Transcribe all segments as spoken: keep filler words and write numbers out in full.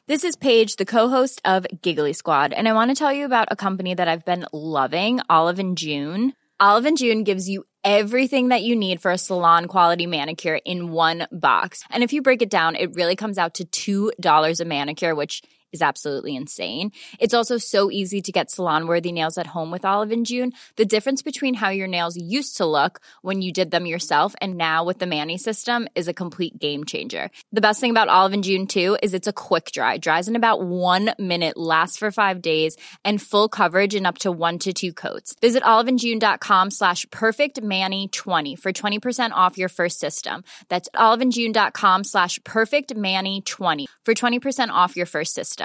This is Paige, the co-host of Giggly Squad, and I want to tell you about a company that I've been loving, Olive and June. Olive and June gives you everything that you need for a salon-quality manicure in one box. And if you break it down, it really comes out to two dollars a manicure, which is absolutely insane. It's also so easy to get salon-worthy nails at home with Olive and June. The difference between how your nails used to look when you did them yourself and now with the Mani system is a complete game changer. The best thing about Olive and June, too, is it's a quick dry. Dries in about one minute, lasts for five days, and full coverage in up to one to two coats. Visit oliveandjune.com slash perfectmani20 for twenty percent off your first system. That's oliveandjune.com slash perfectmani20 for twenty percent off your first system.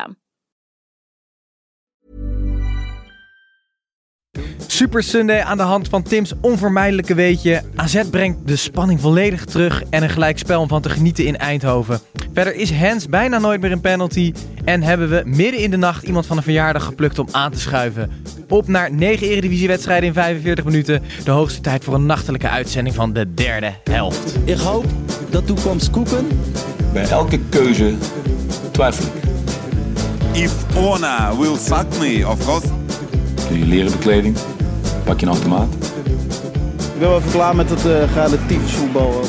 Super Sunday aan de hand van Tim's onvermijdelijke weetje. A Z brengt de spanning volledig terug en een gelijkspel om van te genieten in Eindhoven. Verder is Hens bijna nooit meer een penalty. En hebben we midden in de nacht iemand van een verjaardag geplukt om aan te schuiven. Op naar negen eredivisiewedstrijden in vijfenveertig minuten. De hoogste tijd voor een nachtelijke uitzending van de derde helft. Ik hoop dat toekomst koeken. Bij elke keuze twijfel ik. If Ona will suck me, of course. Doe je leren bekleding, pak je een automaat. Ik ben wel even klaar met het uh, relatief voetbal.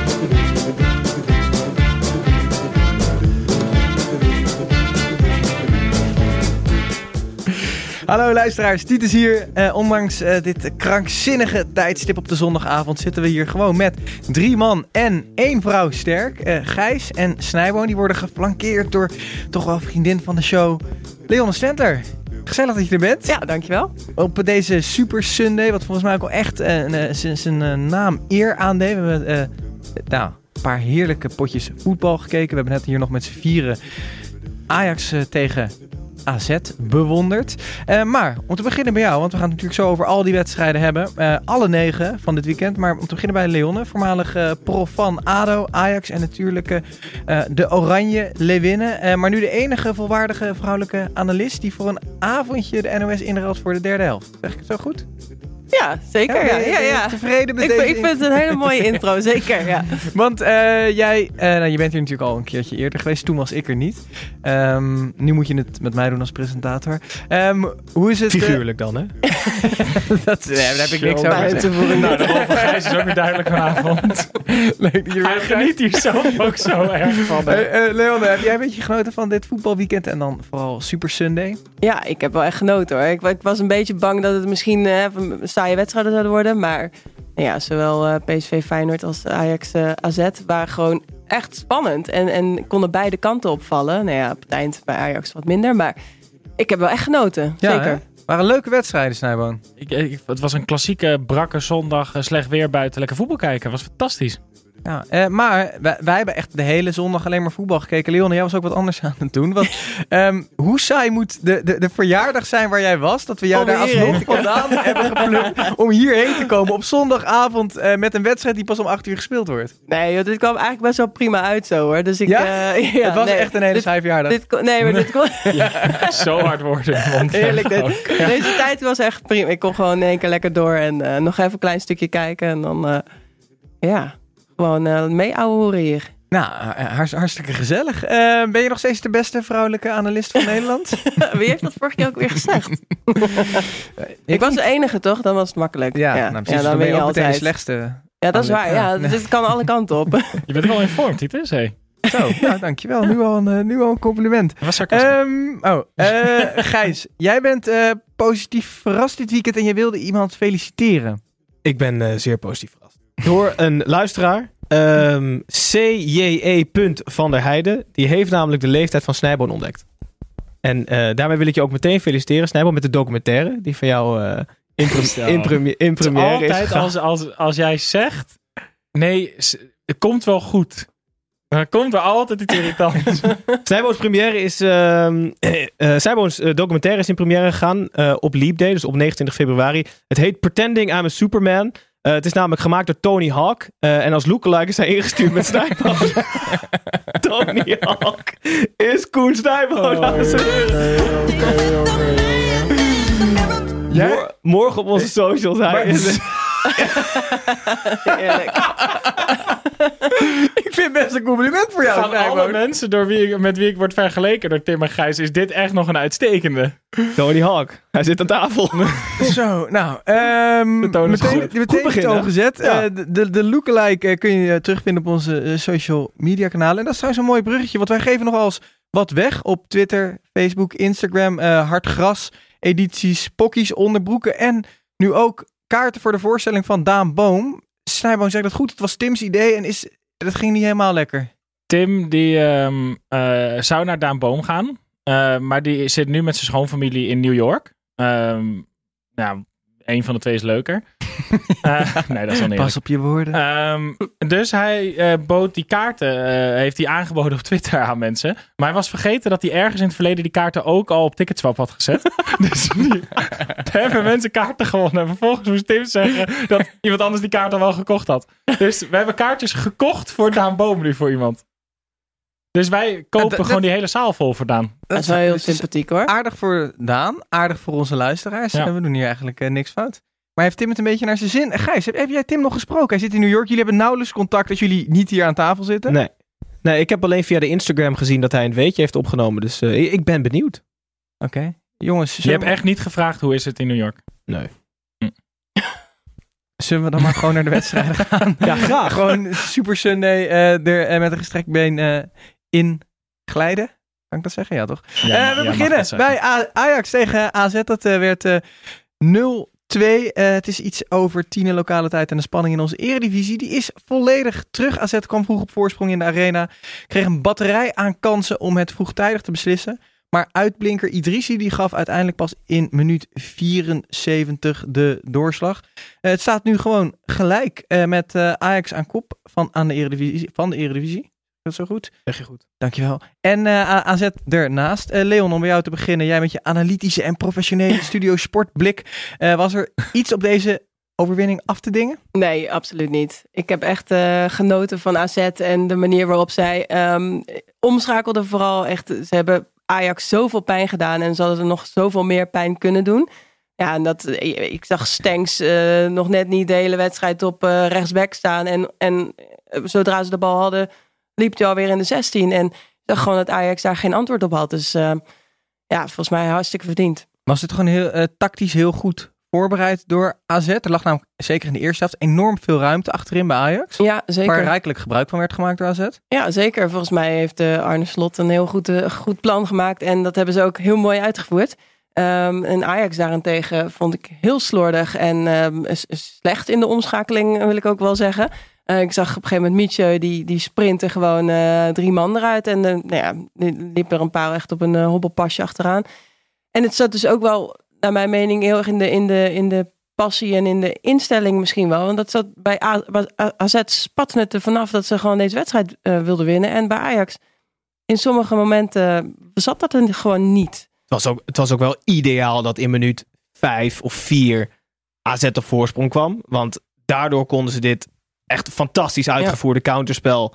Hallo luisteraars, Titus hier. Uh, ondanks uh, dit krankzinnige tijdstip op de zondagavond zitten we hier gewoon met drie man en één vrouw sterk. Uh, Gijs en Snijboon, die worden geflankeerd door toch wel vriendin van de show, Leonne Stenter. Gezellig dat je er bent. Ja, dankjewel. Op deze Super Sunday, wat volgens mij ook al echt uh, zijn uh, naam eer aandeed. We hebben uh, nou, een paar heerlijke potjes voetbal gekeken. We hebben net hier nog met z'n vieren Ajax uh, tegen A Z bewonderd. Uh, maar om te beginnen bij jou, want we gaan het natuurlijk zo over al die wedstrijden hebben. Uh, alle negen van dit weekend. Maar om te beginnen bij Leonne, voormalig uh, prof van ADO, Ajax en natuurlijk uh, de Oranje Leeuwinnen. Uh, maar nu de enige volwaardige vrouwelijke analist die voor een avondje de N O S inruilt voor de derde helft. Zeg ik het zo goed? Ja, zeker. Ja, ja, ja, ja. Tevreden met ik, deze ik vind het een hele mooie intro, zeker. Ja. Want uh, jij, uh, nou, je bent hier natuurlijk al een keertje eerder geweest. Toen was ik er niet. Um, nu moet je het met mij doen als presentator. Um, hoe is het? Figuurlijk uh, dan, hè? dat, nee, daar heb ik niks over gezegd. Nou, de rol van Gijs is ook weer duidelijk vanavond. Leuk, je Hij geniet hier zelf ook zo erg van. Uh, uh, Leonne, heb jij een beetje genoten van dit voetbalweekend en dan vooral Super Sunday? Ja, ik heb wel echt genoten hoor. Ik, ik was een beetje bang dat het misschien uh, saaie wedstrijden zouden worden. Maar ja, zowel uh, P S V Feyenoord als Ajax uh, A Z waren gewoon echt spannend. En, en konden beide kanten opvallen. Nou ja, op het eind bij Ajax wat minder. Maar ik heb wel echt genoten. Ja, zeker. Hè? Waren leuke wedstrijden, Snijboon. Ik, ik, het was een klassieke brakke zondag. Slecht weer buiten. Lekker voetbal kijken. Was fantastisch. Ja, uh, maar wij, wij hebben echt de hele zondag alleen maar voetbal gekeken. Leon, jij was ook wat anders aan het doen. Want um, hoe saai moet de, de, de verjaardag zijn waar jij was? Dat we jou om daar alsnog vandaan hebben geplukt om hierheen te komen op zondagavond uh, met een wedstrijd die pas om acht uur gespeeld wordt. Nee, joh, dit kwam eigenlijk best wel prima uit zo hoor. Dus ik, ja? Uh, ja, het was nee, echt een hele saai verjaardag. Dit, nee, maar dit kon... ja, zo hard worden. Heerlijk. Dit, deze tijd was echt prima. Ik kon gewoon in één keer lekker door en uh, nog even een klein stukje kijken. En dan, uh, ja... Gewoon uh, mee ouwehoeren hier. Nou, hart, hartstikke gezellig. Uh, ben je nog steeds de beste vrouwelijke analist van Nederland? Wie heeft dat vorige keer ook weer gezegd? ik, ik was de enige, toch? Dan was het makkelijk. Ja, ja. Nou, precies. Ja, dan, dan ben je, je ook meteen de slechtste. Ja, dat is waar. Ja, ja. Dus het kan alle kanten op. Je bent wel in vorm, Titus. Hey. Zo, nou, dankjewel. Nu al een, uh, nu al een compliment. Dat was sarcasme. Um, oh, uh, Gijs, jij bent uh, positief verrast dit weekend en je wilde iemand feliciteren. Ik ben uh, zeer positief verrast. Door een luisteraar, um, C J E. van der Heijden. Die heeft namelijk de leeftijd van Snijboon ontdekt. En uh, daarmee wil ik je ook meteen feliciteren, Snijboon, met de documentaire die van jou uh, in, pre- in, pre- in première is. Altijd als, als, als jij zegt, nee, het komt wel goed. Dan komt er altijd iets irritants. Snijboons première is... Uh, uh, Snijboons uh, documentaire is in première gegaan uh, op Leap Day, dus op negenentwintig februari. Het heet Pretending I'm a Superman. Uh, het is namelijk gemaakt door Tony Hawk. Uh, en als lookalike is hij ingestuurd met Snijboon. Tony Hawk is Koen Snijboon. Oh, Mor- morgen op onze socials. Hij is... Eerlijk. ik vind het best een compliment voor jou. Van alle mensen door wie ik, met wie ik word vergeleken door Tim en Gijs, is dit echt nog een uitstekende. Tony Hawk, hij zit aan tafel. Zo, nou, um, De toon is meteen, goed. meteen Goed de toon beginnen. gezet. Ja. Uh, de, de, de lookalike uh, kun je uh, terugvinden op onze uh, social media kanalen. En dat is trouwens een mooi bruggetje, want wij geven nogal eens wat weg op Twitter, Facebook, Instagram, uh, Hartgras, edities, pokkies, onderbroeken en nu ook kaarten voor de voorstelling van Daan Boom. Snijboom zegt dat goed, het was Tim's idee en is, dat ging niet helemaal lekker. Tim die um, uh, zou naar Daan Boom gaan, uh, maar die zit nu met zijn schoonfamilie in New York. Um, nou, een van de twee is leuker. uh, nee, dat is wel niet. Pas op je woorden. Um, dus hij uh, bood die kaarten, uh, heeft hij aangeboden op Twitter aan mensen. Maar hij was vergeten dat hij ergens in het verleden die kaarten ook al op Ticketswap had gezet. Dus nu hebben mensen kaarten gewonnen. En vervolgens moest Tim zeggen dat iemand anders die kaarten wel gekocht had. Dus we hebben kaartjes gekocht voor Daan Boom nu voor iemand. Dus wij kopen dat, dat, gewoon die hele zaal vol voor Daan. Dat is wel heel dus sympathiek hoor. Aardig voor Daan, aardig voor onze luisteraars. Ja. En we doen hier eigenlijk uh, niks fout. Maar heeft Tim het een beetje naar zijn zin? En Gijs, heb, heb jij Tim nog gesproken? Hij zit in New York. Jullie hebben nauwelijks contact als jullie niet hier aan tafel zitten. Nee. nee, ik heb alleen via de Instagram gezien dat hij een weetje heeft opgenomen. Dus uh, ik ben benieuwd. Oké. Okay. Jongens, Je hebt echt niet gevraagd hoe is het in New York? Nee. Hm. Zullen we dan maar gewoon naar de wedstrijden gaan? Ja, graag. Gewoon Super Sunday uh, er uh, met een gestrekt been uh, in glijden. Kan ik dat zeggen? Ja, toch? Ja, uh, we ja, beginnen bij A- Ajax tegen A Z. Dat uh, werd uh, nul twee. Uh, het is iets over tien lokale tijd en de spanning in onze eredivisie. Die is volledig terug. A Z kwam vroeg op voorsprong in de arena. Kreeg een batterij aan kansen om het vroegtijdig te beslissen. Maar uitblinker Idrissi die gaf uiteindelijk pas in minuut vierenzeventig de doorslag. Uh, het staat nu gewoon gelijk uh, met uh, Ajax aan kop van, aan de eredivisie, van de Eredivisie. Dat is zo goed. Zeg je goed. Dankjewel. En uh, A Z ernaast. Uh, Leon, om bij jou te beginnen. Jij met je analytische en professionele Studio Sportblik. Uh, was er iets op deze overwinning af te dingen? Nee, absoluut niet. Ik heb echt uh, genoten van A Z en de manier waarop zij um, omschakelden vooral. Echt, ze hebben Ajax zoveel pijn gedaan en ze hadden er nog zoveel meer pijn kunnen doen. Ja, en dat, ik zag Stenks uh, nog net niet de hele wedstrijd op uh, rechtsback staan. En, en uh, zodra ze de bal hadden, liep hij alweer in de zestien. En ik zag gewoon dat Ajax daar geen antwoord op had. Dus uh, ja, volgens mij hartstikke verdiend. Was het gewoon heel uh, tactisch heel goed voorbereid door A Z? Er lag namelijk zeker in de eerste helft enorm veel ruimte achterin bij Ajax. Ja, zeker. Waar rijkelijk gebruik van werd gemaakt door A Z. Ja, zeker. Volgens mij heeft uh, Arne Slot een heel goed, uh, goed plan gemaakt. En dat hebben ze ook heel mooi uitgevoerd. Um, en Ajax daarentegen vond ik heel slordig en um, slecht in de omschakeling, wil ik ook wel zeggen. Uh, ik zag op een gegeven moment Mietje, die, die sprintte gewoon uh, drie man eruit. En uh, nou ja, die liep er een paar echt op een uh, hobbelpasje achteraan. En het zat dus ook wel, naar mijn mening, heel erg in de, in de, in de passie en in de instelling misschien wel. Want dat zat bij A, A Z spatte het er vanaf dat ze gewoon deze wedstrijd uh, wilden winnen. En bij Ajax, in sommige momenten, zat dat er gewoon niet. Het was, ook, het was ook wel ideaal dat in minuut vijf of vier A Z op voorsprong kwam. Want daardoor konden ze dit echt fantastisch uitgevoerde ja. counterspel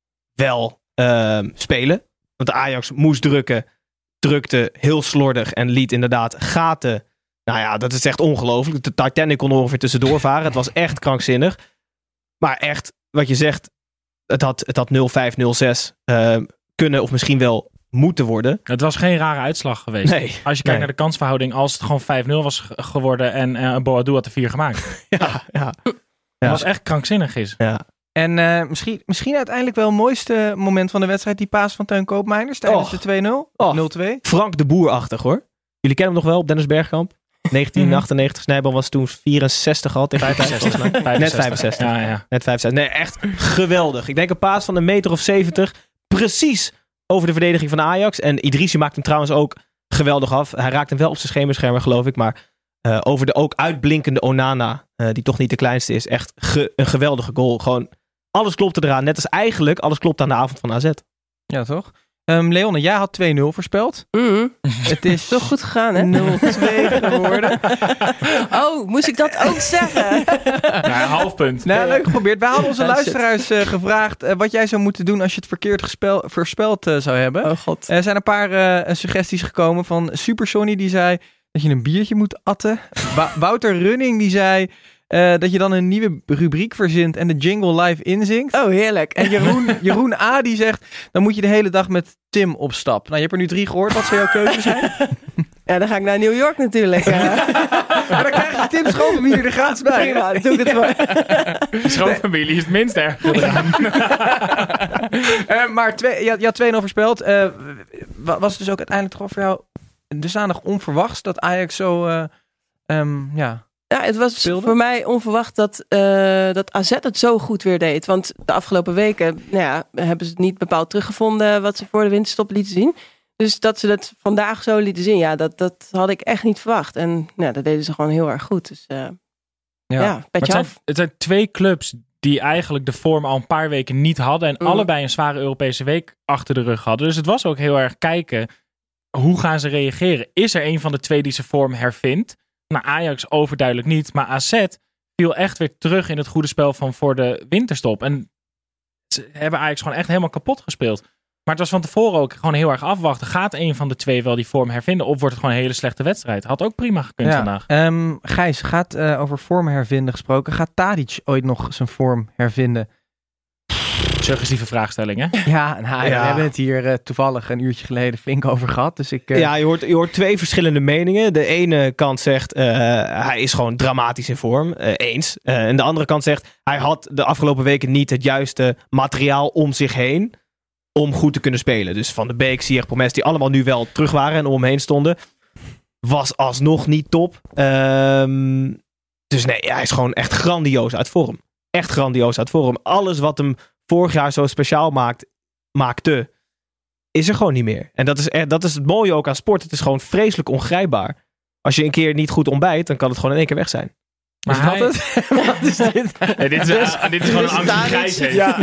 wel uh, spelen. Want Ajax moest drukken, drukte heel slordig en liet inderdaad gaten. Nou ja, dat is echt ongelooflijk. De Titanic kon er ongeveer tussendoor varen. Het was echt krankzinnig. Maar echt, wat je zegt, het had, het had nul vijf, nul zes uh, kunnen of misschien wel moeten worden. Het was geen rare uitslag geweest. Nee, als je kijkt nee. naar de kansverhouding, als het gewoon vijf nul was geworden en uh, Boadu had er vier gemaakt. ja, ja. Het ja. was echt krankzinnig is. Ja. En uh, misschien, misschien uiteindelijk wel het mooiste moment van de wedstrijd, die paas van Teun Koopmeiners tijdens Och. de twee nul. Och. nul twee. Frank de Boer-achtig hoor. Jullie kennen hem nog wel op Dennis Bergkamp. negentien achtennegentig, Snijboom was toen vierenzestig al tegen vijfenzestig. Net vijfenzestig. vijfenzestig. Ja, ja. Net vijfenzestig. Nee, echt geweldig. Ik denk een paas van een meter of zeventig. Precies over de verdediging van Ajax. En Idrissi maakt hem trouwens ook geweldig af. Hij raakt hem wel op zijn schemerschermen, geloof ik. Maar uh, over de ook uitblinkende Onana, uh, die toch niet de kleinste is. Echt ge- een geweldige goal. Gewoon alles klopte eraan. Net als eigenlijk alles klopt aan de avond van A Z. Ja, toch? Um, Leonne, jij had twee nul voorspeld. Mm. Het is toch goed gegaan, hè? nul twee geworden. Oh, moest ik dat ook zeggen? Nou, een half punt. Nou, leuk geprobeerd. Wij hadden onze Oh, luisteraars uh, gevraagd uh, wat jij zou moeten doen als je het verkeerd gespel- voorspeld uh, zou hebben. Oh god. Er zijn een paar uh, suggesties gekomen van Super Sonny, die zei dat je een biertje moet atten. Ba- Wouter Running, die zei Uh, dat je dan een nieuwe rubriek verzint en de jingle live inzingt. Oh, heerlijk. En Jeroen, Jeroen A. die zegt, dan moet je de hele dag met Tim op stap. Nou, je hebt er nu drie gehoord. Wat zou jouw keuze zijn? Ja, dan ga ik naar New York natuurlijk. Ja. Maar dan krijg je Tim schoonfamilie er gratis bij. Prima, dan doe ik het voor. Schoonfamilie is het minst erg gedaan. uh, maar twee, je, had, je had twee nul voorspeld. Uh, was het dus ook uiteindelijk toch voor jou dusdanig onverwachts dat Ajax zo... Uh, um, ja... Ja, het was speelde? Voor mij onverwacht dat, uh, dat A Z het zo goed weer deed. Want de afgelopen weken nou ja, hebben ze het niet bepaald teruggevonden wat ze voor de winterstop lieten zien. Dus dat ze dat vandaag zo lieten zien, ja, dat, dat had ik echt niet verwacht. En nou, dat deden ze gewoon heel erg goed. Dus uh, ja, ja petje het zijn, af. Het zijn twee clubs die eigenlijk de vorm al een paar weken niet hadden. En mm. allebei een zware Europese week achter de rug hadden. Dus het was ook heel erg kijken, hoe gaan ze reageren? Is er een van de twee die zijn vorm hervindt? Nou, Ajax overduidelijk niet. Maar A Z viel echt weer terug in het goede spel van voor de winterstop. En ze hebben Ajax gewoon echt helemaal kapot gespeeld. Maar het was van tevoren ook gewoon heel erg afwachten. Gaat een van de twee wel die vorm hervinden? Of wordt het gewoon een hele slechte wedstrijd? Had ook prima gekund ja. vandaag. Um, Gijs, gaat uh, over vorm hervinden gesproken. Gaat Tadic ooit nog zijn vorm hervinden? Suggestieve vraagstelling, hè? Ja, nou, ja, ja. we hebben het hier uh, toevallig een uurtje geleden flink over gehad. Dus ik, uh... Ja, je hoort, je hoort twee verschillende meningen. De ene kant zegt, uh, hij is gewoon dramatisch in vorm. Uh, eens. Uh, en de andere kant zegt, hij had de afgelopen weken niet het juiste materiaal om zich heen om goed te kunnen spelen. Dus Van de Beek, Ziyech, Promes, die allemaal nu wel terug waren en om hem heen stonden, was alsnog niet top. Um, dus nee, hij is gewoon echt grandioos uit vorm. Echt grandioos uit vorm. Alles wat hem vorig jaar zo speciaal maakt, maakte, is er gewoon niet meer. En dat is, echt, dat is het mooie ook aan sport. Het is gewoon vreselijk ongrijpbaar. Als je een keer niet goed ontbijt, dan kan het gewoon in één keer weg zijn. Maar is hij... dat het? Wat is dit? Nee, dit, is, dus, uh, dit is gewoon een angst die Gijs heeft. Ja.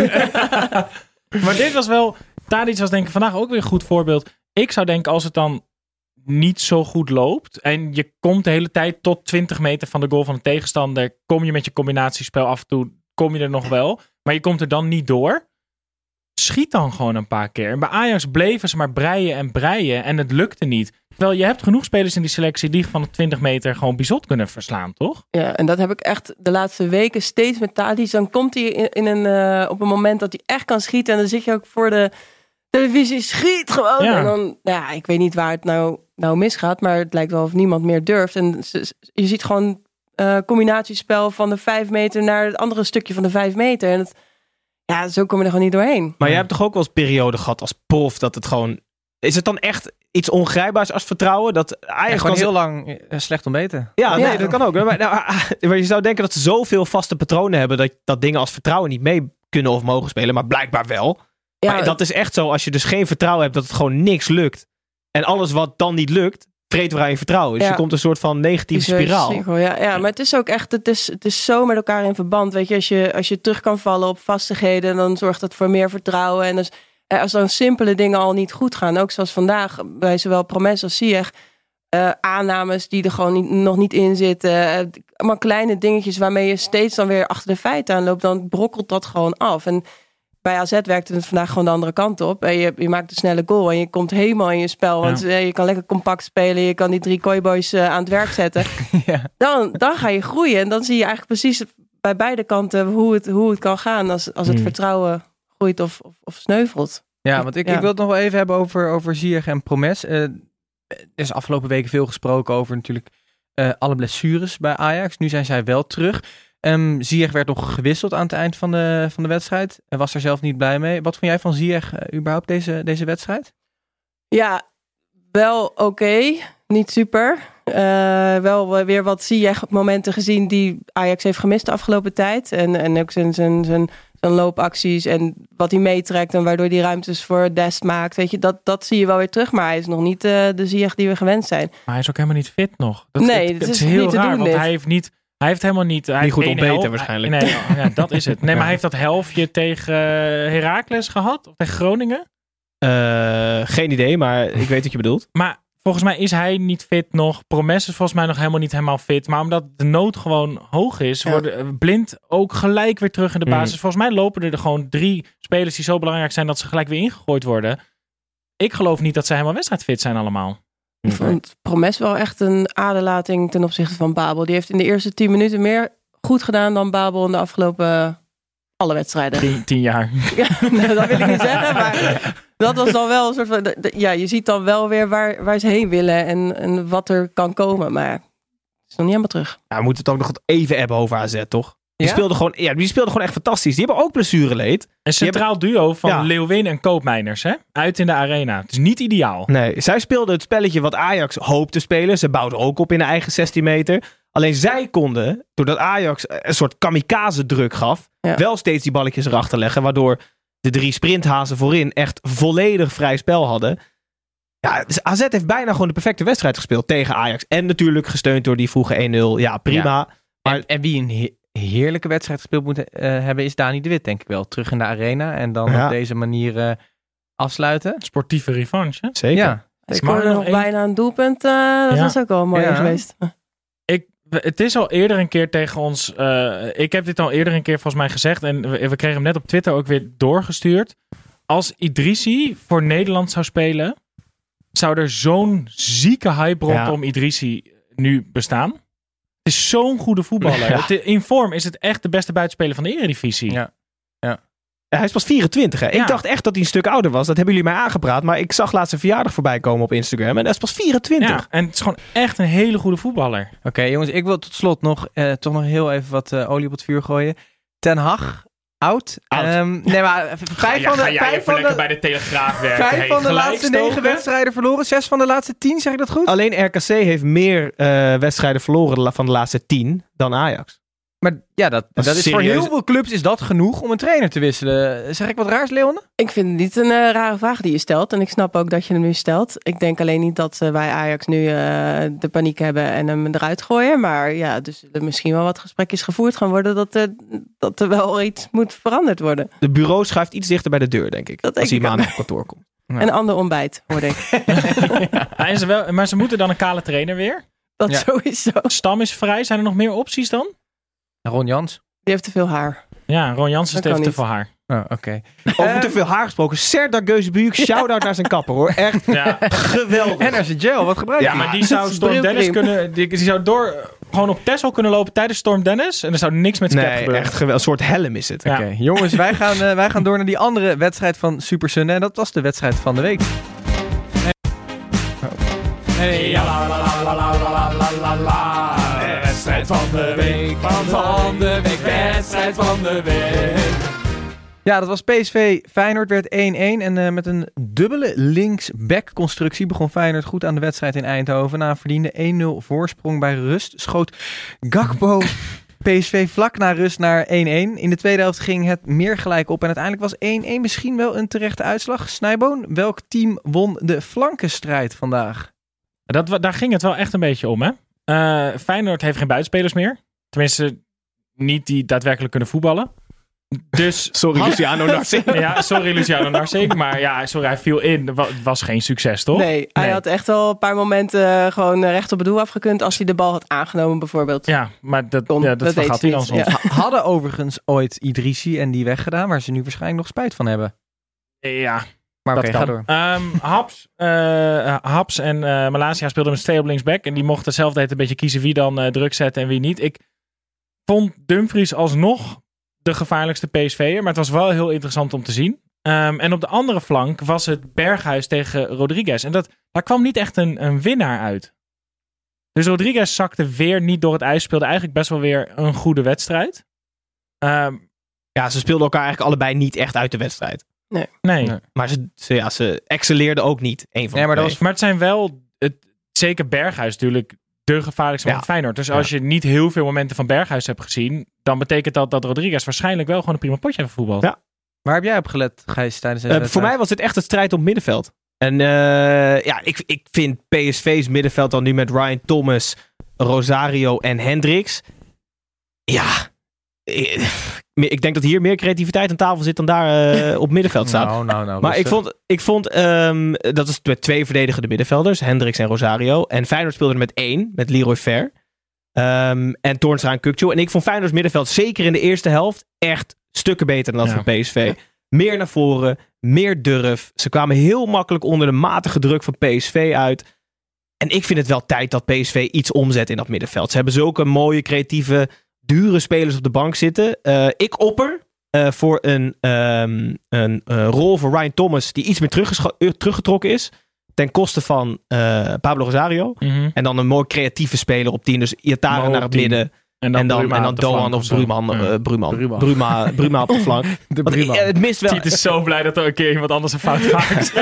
Maar dit was wel... Tadic was denk ik vandaag ook weer een goed voorbeeld. Ik zou denken, als het dan niet zo goed loopt en je komt de hele tijd tot twintig meter van de goal van de tegenstander, kom je met je combinatiespel af en toe, kom je er nog wel, maar je komt er dan niet door. Schiet dan gewoon een paar keer. En bij Ajax bleven ze maar breien en breien en het lukte niet. Terwijl je hebt genoeg spelers in die selectie die van de twintig meter gewoon Bizot kunnen verslaan, toch? Ja, en dat heb ik echt de laatste weken steeds met Tadic. Dan komt hij in, in een, uh, op een moment dat hij echt kan schieten en dan zit je ook voor de televisie, schiet gewoon. Ja. En dan, ja, ik weet niet waar het nou, nou misgaat, maar het lijkt wel of niemand meer durft. En je ziet gewoon uh, combinatiespel van de vijf meter naar het andere stukje van de vijf meter. En het, ja, zo kom je er gewoon niet doorheen. Maar jij hebt toch ook wel eens periode gehad als prof dat het gewoon... Is het dan echt iets ongrijpbaars als vertrouwen? Dat Ajax ja, gewoon heel ze... lang slecht ontbeten. Ja, nee, ja. dat kan ook. Maar, nou, maar je zou denken dat ze zoveel vaste patronen hebben dat, dat dingen als vertrouwen niet mee kunnen of mogen spelen. Maar blijkbaar wel. Ja, maar dat is echt zo, als je dus geen vertrouwen hebt, dat het gewoon niks lukt. En alles wat dan niet lukt, vreet weer aan je vertrouwen. Dus ja. je komt een soort van negatieve spiraal. Single, ja, ja, maar het is ook echt, het is, het is zo met elkaar in verband. Weet je, als je, als je terug kan vallen op vastigheden, dan zorgt dat voor meer vertrouwen. En dus, als dan simpele dingen al niet goed gaan, ook zoals vandaag bij zowel Promes als Ziyech, uh, aannames die er gewoon niet, nog niet in zitten. Uh, maar kleine dingetjes waarmee je steeds dan weer achter de feiten aanloopt, dan brokkelt dat gewoon af. En bij A Z werkte het vandaag gewoon de andere kant op. En je, je maakt een snelle goal en je komt helemaal in je spel. Want ja. je kan lekker compact spelen. Je kan die drie kooiboys uh, aan het werk zetten. ja. dan, dan ga je groeien. En dan zie je eigenlijk precies bij beide kanten hoe het, hoe het kan gaan. Als, als het hmm. vertrouwen groeit of, of, of sneuvelt. Ja, want ik, ja. ik wil het nog wel even hebben over, over Ziyech en Promes. Uh, er is afgelopen weken veel gesproken over natuurlijk uh, alle blessures bij Ajax. Nu zijn zij wel terug. Um, Ziyech werd nog gewisseld aan het eind van de, van de wedstrijd. En was er zelf niet blij mee. Wat vond jij van Ziyech uh, überhaupt deze, deze wedstrijd? Ja, wel oké. Okay. Niet super. Uh, wel weer wat Ziyech momenten gezien die Ajax heeft gemist de afgelopen tijd. En, en ook zijn, zijn, zijn, zijn loopacties en wat hij meetrekt en waardoor hij ruimtes voor Dest maakt. Weet je, dat, dat zie je wel weer terug. Maar hij is nog niet uh, de Ziyech die we gewend zijn. Maar hij is ook helemaal niet fit nog. Dat, nee, het, dat het is is heel niet te raar, doen, want dit. hij heeft niet... Hij heeft helemaal niet... Hij niet goed ontbeten helft, waarschijnlijk. Nee, ja, dat is het. Nee, maar hij heeft dat helftje tegen Heracles gehad? Of tegen Groningen? Uh, geen idee, maar ik weet wat je bedoelt. Maar volgens mij is hij niet fit nog. Promes is volgens mij nog helemaal niet helemaal fit. Maar omdat de nood gewoon hoog is, ja. worden Blind ook gelijk weer terug in de basis. Mm. Volgens mij lopen er gewoon drie spelers die zo belangrijk zijn dat ze gelijk weer ingegooid worden. Ik geloof niet dat ze helemaal wedstrijdfit zijn allemaal. Ik vond Promes wel echt een aderlating ten opzichte van Babel. Die heeft in de eerste tien minuten meer goed gedaan dan Babel in de afgelopen alle wedstrijden. Tien, tien jaar. Ja, nou, dat wil ik niet zeggen, maar dat was dan wel een soort van... De, de, ja, je ziet dan wel weer waar, waar ze heen willen en, en wat er kan komen, maar het is nog niet helemaal terug. Ja, we moeten het ook nog even hebben over A Z, toch? Die, Ja? speelde gewoon, ja, die speelde gewoon echt fantastisch. Die hebben ook blessureleed. Een centraal duo van Ja. Leeuwin en Koopmeiners, hè? Uit in de arena. Het is niet ideaal. Nee, zij speelden het spelletje wat Ajax hoopt te spelen. Ze bouwden ook op in de eigen zestien meter. Alleen zij konden, doordat Ajax een soort kamikaze druk gaf, Ja. wel steeds die balletjes erachter leggen. Waardoor de drie sprinthazen voorin echt volledig vrij spel hadden. Ja, dus A Z heeft bijna gewoon de perfecte wedstrijd gespeeld tegen Ajax. En natuurlijk gesteund door die vroege één nul. Ja, prima. Maar En, en wie een he- heerlijke wedstrijd gespeeld moet eh, hebben, is Dani de Wit, denk ik wel. Terug in de arena en dan Ja. op deze manier eh, afsluiten. Sportieve revanche, hè? zeker. Ja. Ik Mag hoorde er nog nog één? bijna een doelpunt. Uh, dat Ja. was ook wel mooi Ja. geweest. Ik, het is al eerder een keer tegen ons... Uh, ik heb dit al eerder een keer volgens mij gezegd. En we, we kregen hem net op Twitter ook weer doorgestuurd. Als Idrissi voor Nederland zou spelen, zou er zo'n zieke hype rondom Ja. Idrissi nu bestaan. Het is zo'n goede voetballer. Ja. Het, in vorm is het echt de beste buitenspeler van de Eredivisie. Ja. Ja, hij is pas vierentwintig. Hè? Ja. Ik dacht echt dat hij een stuk ouder was. Dat hebben jullie mij aangepraat. Maar ik zag laatst een verjaardag voorbij komen op Instagram. En hij is pas vierentwintig. Ja, en het is gewoon echt een hele goede voetballer. Oké, jongens, ik wil tot slot nog eh, toch nog heel even wat eh, olie op het vuur gooien. Ten Hag, oud. Oud. Ehm, nee, maar v- vijf van de, vijf van de, bij de Telegraaf werken. vijf van de laatste negen wedstrijden verloren. Zes van de laatste tien, zeg ik dat goed? Alleen R K C heeft meer uh, wedstrijden verloren de la- van de laatste tien dan Ajax. Maar ja, dat, Dat dat is is voor serieus. heel veel clubs is dat genoeg om een trainer te wisselen. Zeg ik wat raars, Leone? Ik vind het niet een uh, rare vraag die je stelt. En ik snap ook dat je hem nu stelt. Ik denk alleen niet dat uh, wij Ajax nu uh, de paniek hebben en hem eruit gooien. Maar ja, dus er misschien wel wat gesprekjes gevoerd gaan worden dat, uh, dat er wel iets moet veranderd worden. De bureau schuift iets dichter bij de deur, denk ik. Dat als denk hij ik maandag op kantoor komt. Ja. Een ander ontbijt, hoorde ik. Ja, en ze wel, maar ze moeten dan een kale trainer weer. Dat Ja. sowieso. Stam is vrij. Zijn er nog meer opties dan? Ron Jans. Die heeft te veel haar. Ja, Ron Jansen Dat heeft kan te veel haar. Oh, oké. Okay. Over te veel haar gesproken. Serdar Gözebuyuk, shout-out naar zijn kapper hoor. Echt Ja. geweldig. En er is gel, wat gebruik je? Ja, maar die zou Storm Brilpriem. Dennis kunnen... Die, die zou door gewoon op Texel kunnen lopen tijdens Storm Dennis. En er zou niks met zijn cap Nee, gebeuren. echt geweldig. Een soort helm is het. Ja. Oké, jongens, wij gaan, uh, wij gaan door naar die andere wedstrijd van Super Sunday. En dat was de wedstrijd van de week. Hey, ja, la, la, la, la, la, la, la, la, la. De wedstrijd van de week, van, van de week, wedstrijd van de week. Ja, dat was P S V. Feyenoord werd één-één. En uh, met een dubbele linksback-constructie begon Feyenoord goed aan de wedstrijd in Eindhoven. Na een verdiende één nul voorsprong bij rust schoot Gakpo P S V vlak na rust naar één-één. In de tweede helft ging het meer gelijk op. En uiteindelijk was één-één misschien wel een terechte uitslag. Snijboon, welk team won de flankenstrijd vandaag? Dat, wa- daar ging het wel echt een beetje om, hè? Uh, Feyenoord heeft geen buitenspelers meer. Tenminste, niet die daadwerkelijk kunnen voetballen. Dus... Sorry, Had- Luciano Narsing. Ja, sorry Luciano Narsing. Maar ja, sorry, hij viel in. Het wa- het was geen succes, toch? Nee, hij Nee. had echt wel een paar momenten uh, gewoon uh, recht op het doel afgekund als hij de bal had aangenomen bijvoorbeeld. Ja, maar dat, Kon, ja, dat, dat vergat deed hij dan ze niet. soms. Ja. Hadden overigens ooit Idrissi en die weggedaan, waar ze nu waarschijnlijk nog spijt van hebben. Ja, Maar oké, dat ga kan. door. Ehm, Haps, uh, Haps en uh, Malasia speelden met z'n tweeën op linksback. En die mochten zelf een beetje kiezen wie dan uh, druk zetten en wie niet. Ik vond Dumfries alsnog de gevaarlijkste P S V'er. Maar het was wel heel interessant om te zien. Um, en op de andere flank was het Berghuis tegen Rodriguez. En dat, daar kwam niet echt een, een winnaar uit. Dus Rodriguez zakte weer niet door het ijs. Speelde eigenlijk best wel weer een goede wedstrijd. Um, Ja, ze speelden elkaar eigenlijk allebei niet echt uit de wedstrijd. nee. Nee. Maar ze, ze, ja, ze excelleerden ook niet. Een van Nee, maar de dat twee. Maar het zijn wel, het, zeker Berghuis natuurlijk, de gevaarlijkste Ja. van Feyenoord. Dus als je niet heel veel momenten van Berghuis hebt gezien, dan betekent dat dat Rodriguez waarschijnlijk wel gewoon een prima potje heeft gevoetbald. Ja. Waar heb jij op gelet, Gijs, tijdens deze Uh, voor wedstrijd? mij was dit echt een strijd op middenveld. En uh, ja, ik, ik vind P S V's middenveld dan nu met Ryan Thomas, Rosario en Hendricks. Ja, ik, ik denk dat hier meer creativiteit aan tafel zit dan daar uh, op middenveld staat. Nou, nou, nou. Maar ik rustig. vond, ik vond um, dat is met twee verdedigende middenvelders, Hendricks en Rosario. En Feyenoord speelde er met één, met Leroy Fer. Um, en Toornstra en Kukçu. En ik vond Feyenoord's middenveld, zeker in de eerste helft, echt stukken beter dan dat Ja. van P S V. Meer naar voren, meer durf. Ze kwamen heel makkelijk onder de matige druk van P S V uit. En ik vind het wel tijd dat P S V iets omzet in dat middenveld. Ze hebben zulke mooie creatieve dure spelers op de bank zitten. Uh, ik opper uh, voor een, um, een uh, rol voor Ryan Thomas die iets meer teruggescho- teruggetrokken is. Ten koste van uh, Pablo Rosario. Mm-hmm. En dan een mooi creatieve speler op tien. Dus Iataren naar het tien. midden. En dan, en dan, Bruma en dan op de Doan flank of of zo. Bruman, Ja. uh, Bruman. Bruma. Bruma, Bruma op de flank. De Want, Bruma. uh, het mist wel... Tiet is zo blij dat er een keer iemand anders een fout maakt.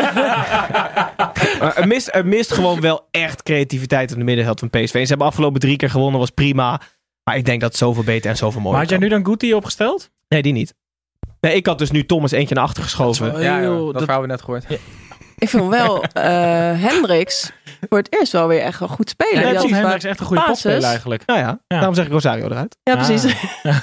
Maar er, mist, er mist gewoon wel echt creativiteit in de middenveld van P S V. En ze hebben afgelopen drie keer gewonnen, was prima. Maar ik denk dat het zoveel beter en zoveel mooier Maar had jij kan. nu dan Guti opgesteld? Nee, die niet. Nee, ik had dus nu Thomas eentje naar achter geschoven. Ja, joh, dat, dat- verhaal hebben we net gehoord. Ja. Ik vind wel uh, Hendricks voor het eerst wel weer echt wel goed spelen. Ja, Die ik had vond vaak Hendricks echt een goede basis. potspeler eigenlijk. Nou ja, daarom zeg ik Rosario eruit. Ja, Ah. precies.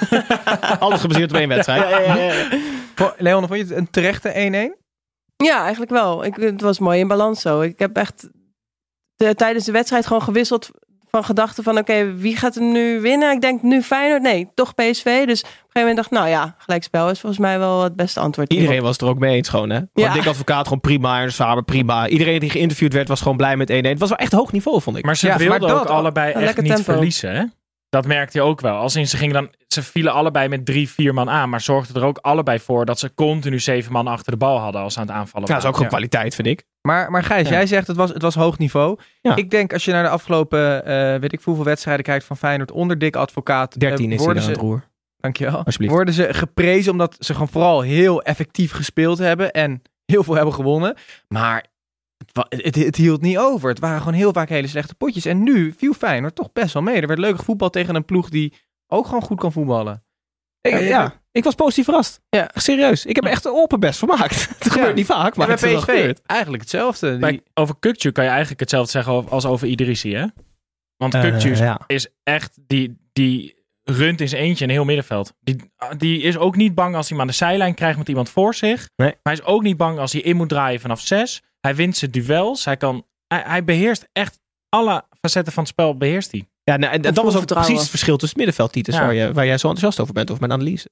Alles gebaseerd op één wedstrijd. Ja, ja, ja, ja. Vo- Leon, vond je het een terechte één-één? Ja, eigenlijk wel. Ik, het was mooi in balans zo. Ik heb echt de, tijdens de wedstrijd gewoon gewisseld van gedachten van oké, okay, wie gaat er nu winnen? Ik denk nu Feyenoord. Nee, toch P S V. Dus op een gegeven moment dacht ik, nou ja, gelijkspel is volgens mij wel het beste antwoord. Iedereen was het er ook mee eens gewoon, hè? Want Ja. Dick Advocaat gewoon prima, Ernst Faber prima. Iedereen die geïnterviewd werd was gewoon blij met één-één. Het was wel echt hoog niveau, vond ik. Maar ze Ja, wilden maar dat- ook allebei een echt lekker niet tempo. verliezen, hè? Dat merkte je ook wel. Als in, ze, gingen dan, ze vielen allebei met drie, vier man aan. Maar zorgden er ook allebei voor dat ze continu zeven man achter de bal hadden als ze aan het aanvallen Ja, dat is ook waren. gewoon kwaliteit, vind ik. Maar, maar Gijs, Ja. jij zegt het was, het was hoog niveau. Ja. Ik denk als je naar de afgelopen, eh, weet ik hoeveel wedstrijden kijkt van Feyenoord onder Dick Advocaat. eh, dertien is hij worden aan ze, het roer. Dankjewel. Alsjeblieft. Worden ze geprezen omdat ze gewoon vooral heel effectief gespeeld hebben en heel veel hebben gewonnen. Maar het, wa- het, het hield niet over. Het waren gewoon heel vaak hele slechte potjes. En nu viel Feyenoord toch best wel mee. Er werd leuk voetbal tegen een ploeg die ook gewoon goed kan voetballen. Ik, Ja, ja, ik was positief verrast. Ja. Serieus. Ik heb er echt een opperbest vermaakt. Het gebeurt niet vaak, maar en het bij is P S wel V gebeurd. eigenlijk hetzelfde. Die, Bij- over Kukçu kan je eigenlijk hetzelfde zeggen als over Idrissi, hè? Want Uh, Kukçu ja. is echt, die, die runt in zijn eentje een heel middenveld. Die, die is ook niet bang als hij hem aan de zijlijn krijgt met iemand voor zich. Nee. Maar hij is ook niet bang als hij in moet draaien vanaf zes. Hij wint zijn duels. Hij, kan, hij, hij beheerst echt alle facetten van het spel. Beheerst hij. Ja, nou, en dat vol was ook vertrouwen. precies het verschil tussen het middenveld, Titus, Ja. waar, je, waar jij zo enthousiast over bent, of mijn analyse.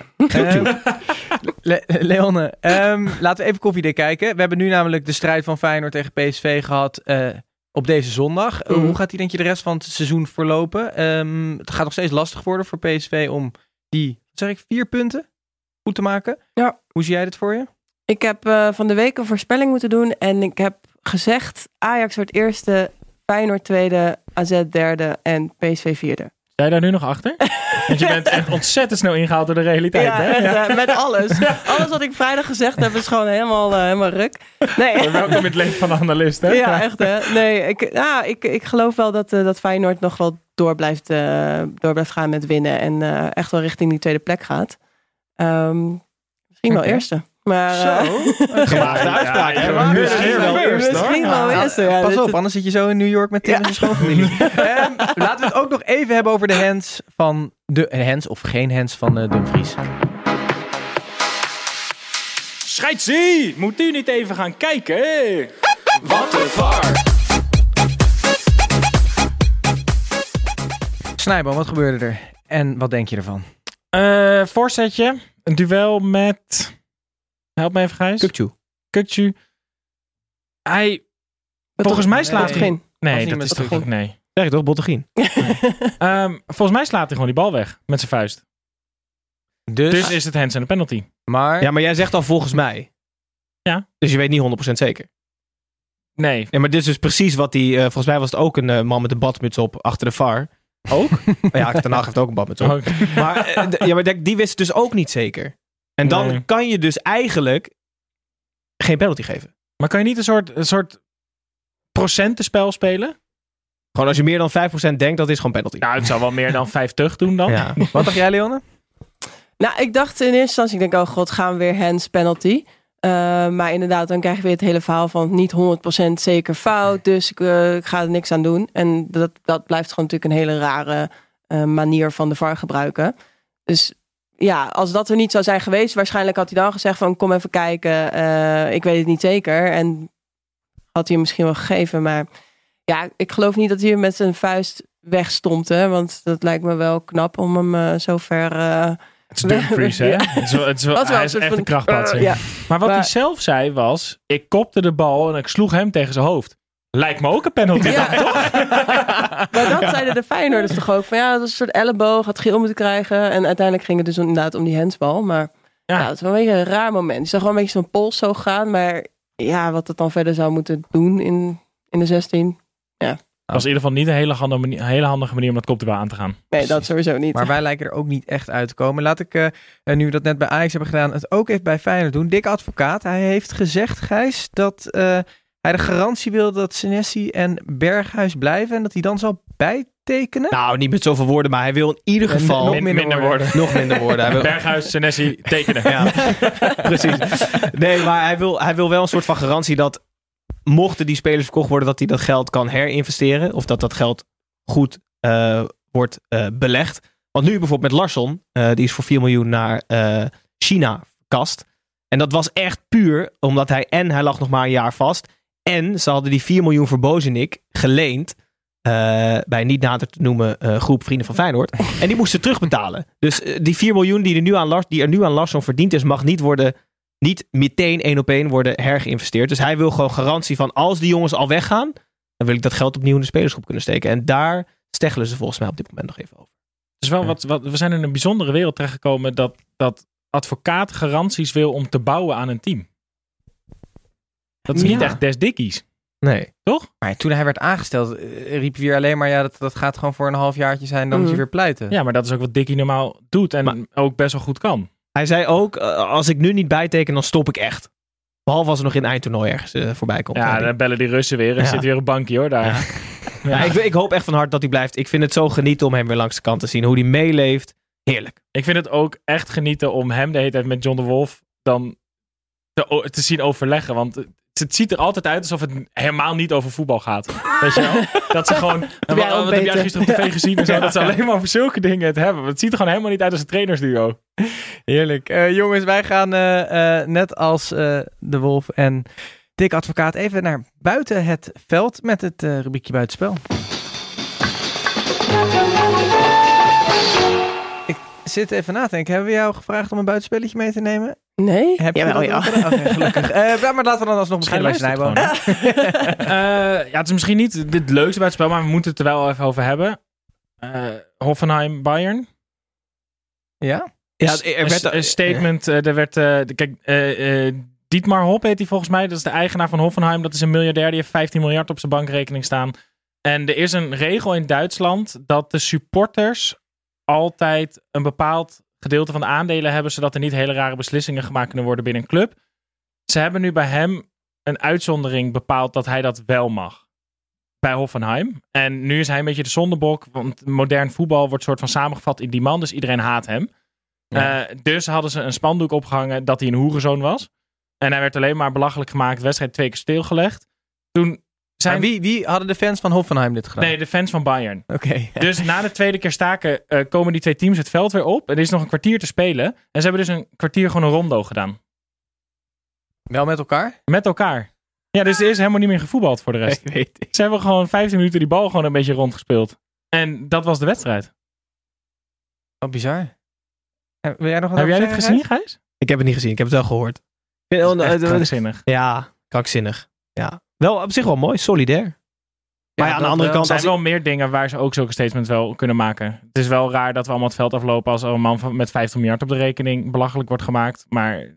Ehm, Le- Leonne, ehm, laten we even koffiedik kijken. We hebben nu namelijk de strijd van Feyenoord tegen P S V gehad eh, op deze zondag. Uh, Mhm. Hoe gaat die denk je de rest van het seizoen verlopen? Ehm, het gaat nog steeds lastig worden voor P S V om die, wat zeg ik, vier punten goed te maken. Ja. Hoe zie jij dit voor je? Ik heb uh, van de week een voorspelling moeten doen. En ik heb gezegd, Ajax wordt eerste, Feyenoord tweede, A Z derde en P S V vierde. Sta je daar nu nog achter? Want je bent echt ontzettend snel ingehaald door de realiteit, Ja, hè? echt, uh, met alles. Alles wat ik vrijdag gezegd heb is gewoon helemaal, uh, helemaal ruk. Nee. Welkom in het leven van de analist, hè? Ja, echt hè. Nee, ik, ja, ik, ik geloof wel dat, uh, dat Feyenoord nog wel door blijft, uh, door blijft gaan met winnen. En uh, echt wel richting die tweede plek gaat. Um, misschien wel Okay. eerste. Maar, Zo. uh, Gemaakte uitspraak, hè? Ja, Misschien wel eerst, hoor. Misschien wel Ja, eerste. Ja, Pas dit- op, anders zit je zo in New York met Tim en zijn schoonfamilie. Ehm, laten we het ook nog even hebben over de hands van de hands of geen hands van uh, Dumfries. Scheidsie! Moet u niet even gaan kijken? Wat de var! Snijboom, wat gebeurde er? En wat denk je ervan? Uh, voorzetje. Een duel met... Help me even, Gijs. Kukçu. Kukçu. Hij... Volgens mij slaat Nee. hij... geen. Nee, niet dat met is Bottegien. toch nee. Zeg je toch, Bottegien? Um, volgens mij slaat hij gewoon die bal weg met zijn vuist. Dus, Dus is het hands en een penalty. maar... Ja, maar jij zegt al volgens mij. Ja. Dus je weet niet honderd procent zeker. Nee. Ja, maar dit is dus precies wat die... Uh, volgens mij was het ook een uh, man met een badmuts op achter de V A R. Ook? Ja, Ten Hag heeft ook een badmuts op. Ook. Maar, uh, d- ja, maar d- die wist het dus ook niet zeker. En dan Nee. kan je dus eigenlijk geen penalty geven. Maar kan je niet een soort, een soort procentenspel spelen? Gewoon als je meer dan vijf procent denkt, dat is gewoon penalty. Nou, het zou wel meer dan vijftig doen dan. Ja. Wat dacht jij, Leonne? Nou, ik dacht in eerste instantie, ik denk, oh god, gaan we weer hands penalty. Uh, maar inderdaad, dan krijg je weer het hele verhaal van niet honderd procent zeker fout. Dus ik, uh, ik ga er niks aan doen. En dat, dat blijft gewoon natuurlijk een hele rare uh, manier van de V A R gebruiken. Dus ja, als dat er niet zou zijn geweest, waarschijnlijk had hij dan gezegd van kom even kijken. Uh, ik weet het niet zeker. En had hij hem misschien wel gegeven. Maar ja, ik geloof niet dat hij hem met zijn vuist wegstompte. Want dat lijkt me wel knap om hem uh, zo ver... Uh, Het is Dumfries, hè? Ja. Het is wel, het is wel, Dat is wel hij een is soort echt van- een krachtpatser. Uh, ja. Maar wat Maar- hij zelf zei was... Ik kopte de bal en ik sloeg hem tegen zijn hoofd. Lijkt me ook een penalty Ja. dan, toch? Maar dat zeiden de Feyenoorders toch ook. Van ja, dat was een soort elleboog, had geel moeten krijgen. En uiteindelijk ging het dus inderdaad om die handsbal. Maar ja, Ja. het is wel een beetje een raar moment. Je zag gewoon een beetje zo'n pols zo gaan. Maar ja, wat het dan verder zou moeten doen in, in de zestien. Dat was in ieder geval niet een hele handige manier, hele handige manier om dat kopduel aan te gaan. Nee, dat sowieso niet. Maar wij lijken er ook niet echt uit te komen. Laat ik, uh, nu we dat net bij Ajax hebben gedaan, het ook even bij Feyenoord doen. Dick Advocaat, hij heeft gezegd, Gijs, dat uh, hij de garantie wil dat Senesi en Berghuis blijven. En dat hij dan zal bijtekenen. Nou, niet met zoveel woorden, maar hij wil in ieder En geval... nog Min- minder minder woorden. woorden. Nog minder woorden. Hij wil... Berghuis, Senesi, tekenen. Ja, precies. Nee, maar hij wil, hij wil wel een soort van garantie dat mochten die spelers verkocht worden, dat hij dat geld kan herinvesteren. Of dat dat geld goed uh, wordt uh, belegd. Want nu bijvoorbeeld met Larsson, uh, die is voor vier miljoen naar uh, China verkast. En dat was echt puur omdat hij, en hij lag nog maar een jaar vast. En ze hadden die vier miljoen voor Bozenik geleend. Uh, bij een niet nader te noemen uh, groep vrienden van Feyenoord. En die moesten terugbetalen. Dus uh, die vier miljoen die er nu aan, Lars, die er nu aan Larsson verdiend is, mag niet worden, niet meteen één op één worden hergeïnvesteerd. Dus hij wil gewoon garantie van als die jongens al weggaan, dan wil ik dat geld opnieuw in de spelersgroep kunnen steken. En daar steggelen ze volgens mij op dit moment nog even over. Dus wel wat, wat, we zijn in een bijzondere wereld terechtgekomen dat, dat advocaat garanties wil om te bouwen aan een team. Dat is Ja. niet echt des dikkies, Nee. toch? Maar toen hij werd aangesteld, uh, riep weer alleen maar, ja, dat, dat gaat gewoon voor een halfjaartje zijn, dan Mm. is hij weer pleiten. Ja, maar dat is ook wat Dikkie normaal doet en Maar- ook best wel goed kan. Hij zei ook, uh, als ik nu niet bijteken, dan stop ik echt. Behalve als er nog in het eindtoernooi ergens uh, voorbij komt. Ja, Nee, dan bellen die Russen weer en Ja. zit weer een bankje hoor daar. Ja. Ja, ik, ik hoop echt van harte dat hij blijft. Ik vind het zo genieten om hem weer langs de kant te zien. Hoe hij meeleeft. Heerlijk. Ik vind het ook echt genieten om hem de hele tijd met John de Wolf dan te, te zien overleggen. Want het, het ziet er altijd uit alsof het helemaal niet over voetbal gaat. Weet je wel? Dat ze gewoon... jij wat, wat heb jij ontbeten? gisteren op tv gezien? En zo, dat ze alleen maar over zulke dingen het hebben. Het ziet er gewoon helemaal niet uit als een trainersduo. Heerlijk. Uh, jongens, wij gaan uh, uh, net als uh, De Wolf en Dick Advocaat even naar buiten het veld met het uh, rubriekje Buitenspel. Ik zit even na te denken. Hebben we jou gevraagd om een buitenspelletje mee te nemen? Nee? Heb je Jawel, dat ja. ook gedaan? Oké, gelukkig. Uh, maar laten we dan alsnog beginnen bij Schijn Snijboon. Uh, ja, het is misschien niet het leukste bij het spel, maar we moeten het er wel even over hebben. Uh, Hoffenheim, Bayern. Ja? Ja, er werd een, een statement. Uh, er werd, uh, kijk, uh, uh, Dietmar Hopp heet hij volgens mij. Dat is de eigenaar van Hoffenheim. Dat is een miljardair. Die heeft vijftien miljard op zijn bankrekening staan. En er is een regel in Duitsland dat de supporters altijd een bepaald gedeelte van de aandelen hebben, zodat er niet hele rare beslissingen gemaakt kunnen worden binnen een club. Ze hebben nu bij hem een uitzondering bepaald dat hij dat wel mag. Bij Hoffenheim. En nu is hij een beetje de zondebok, want modern voetbal wordt soort van samengevat in die man, dus iedereen haat hem. Ja. Uh, dus hadden ze een spandoek opgehangen dat hij een hoerenzoon was. En hij werd alleen maar belachelijk gemaakt, de wedstrijd twee keer stilgelegd. Toen zijn... wie, wie hadden de fans van Hoffenheim dit gedaan? Nee, de fans van Bayern. Oké. Okay, ja. Dus na de tweede keer staken uh, komen die twee teams het veld weer op. En er is nog een kwartier te spelen. En ze hebben dus een kwartier gewoon een rondo gedaan. Wel met elkaar? Met elkaar. Ja, dus er is helemaal niet meer gevoetbald voor de rest. Ik weet het. Ze hebben gewoon vijftien minuten die bal gewoon een beetje rondgespeeld. En dat was de wedstrijd. Wat bizar. Wil jij nog wat Heb jij dit zeggen, gezien, Gijs? Ik heb het niet gezien. Ik heb het wel gehoord. Echt krankzinnig. Ja, krankzinnig. Ja. Wel op zich wel mooi. Solidair. Maar ja, aan de andere kant... Er zijn als wel ik... meer dingen waar ze ook zulke statements wel kunnen maken. Het is wel raar dat we allemaal het veld aflopen als er een man van, met vijftig miljard op de rekening belachelijk wordt gemaakt. Maar...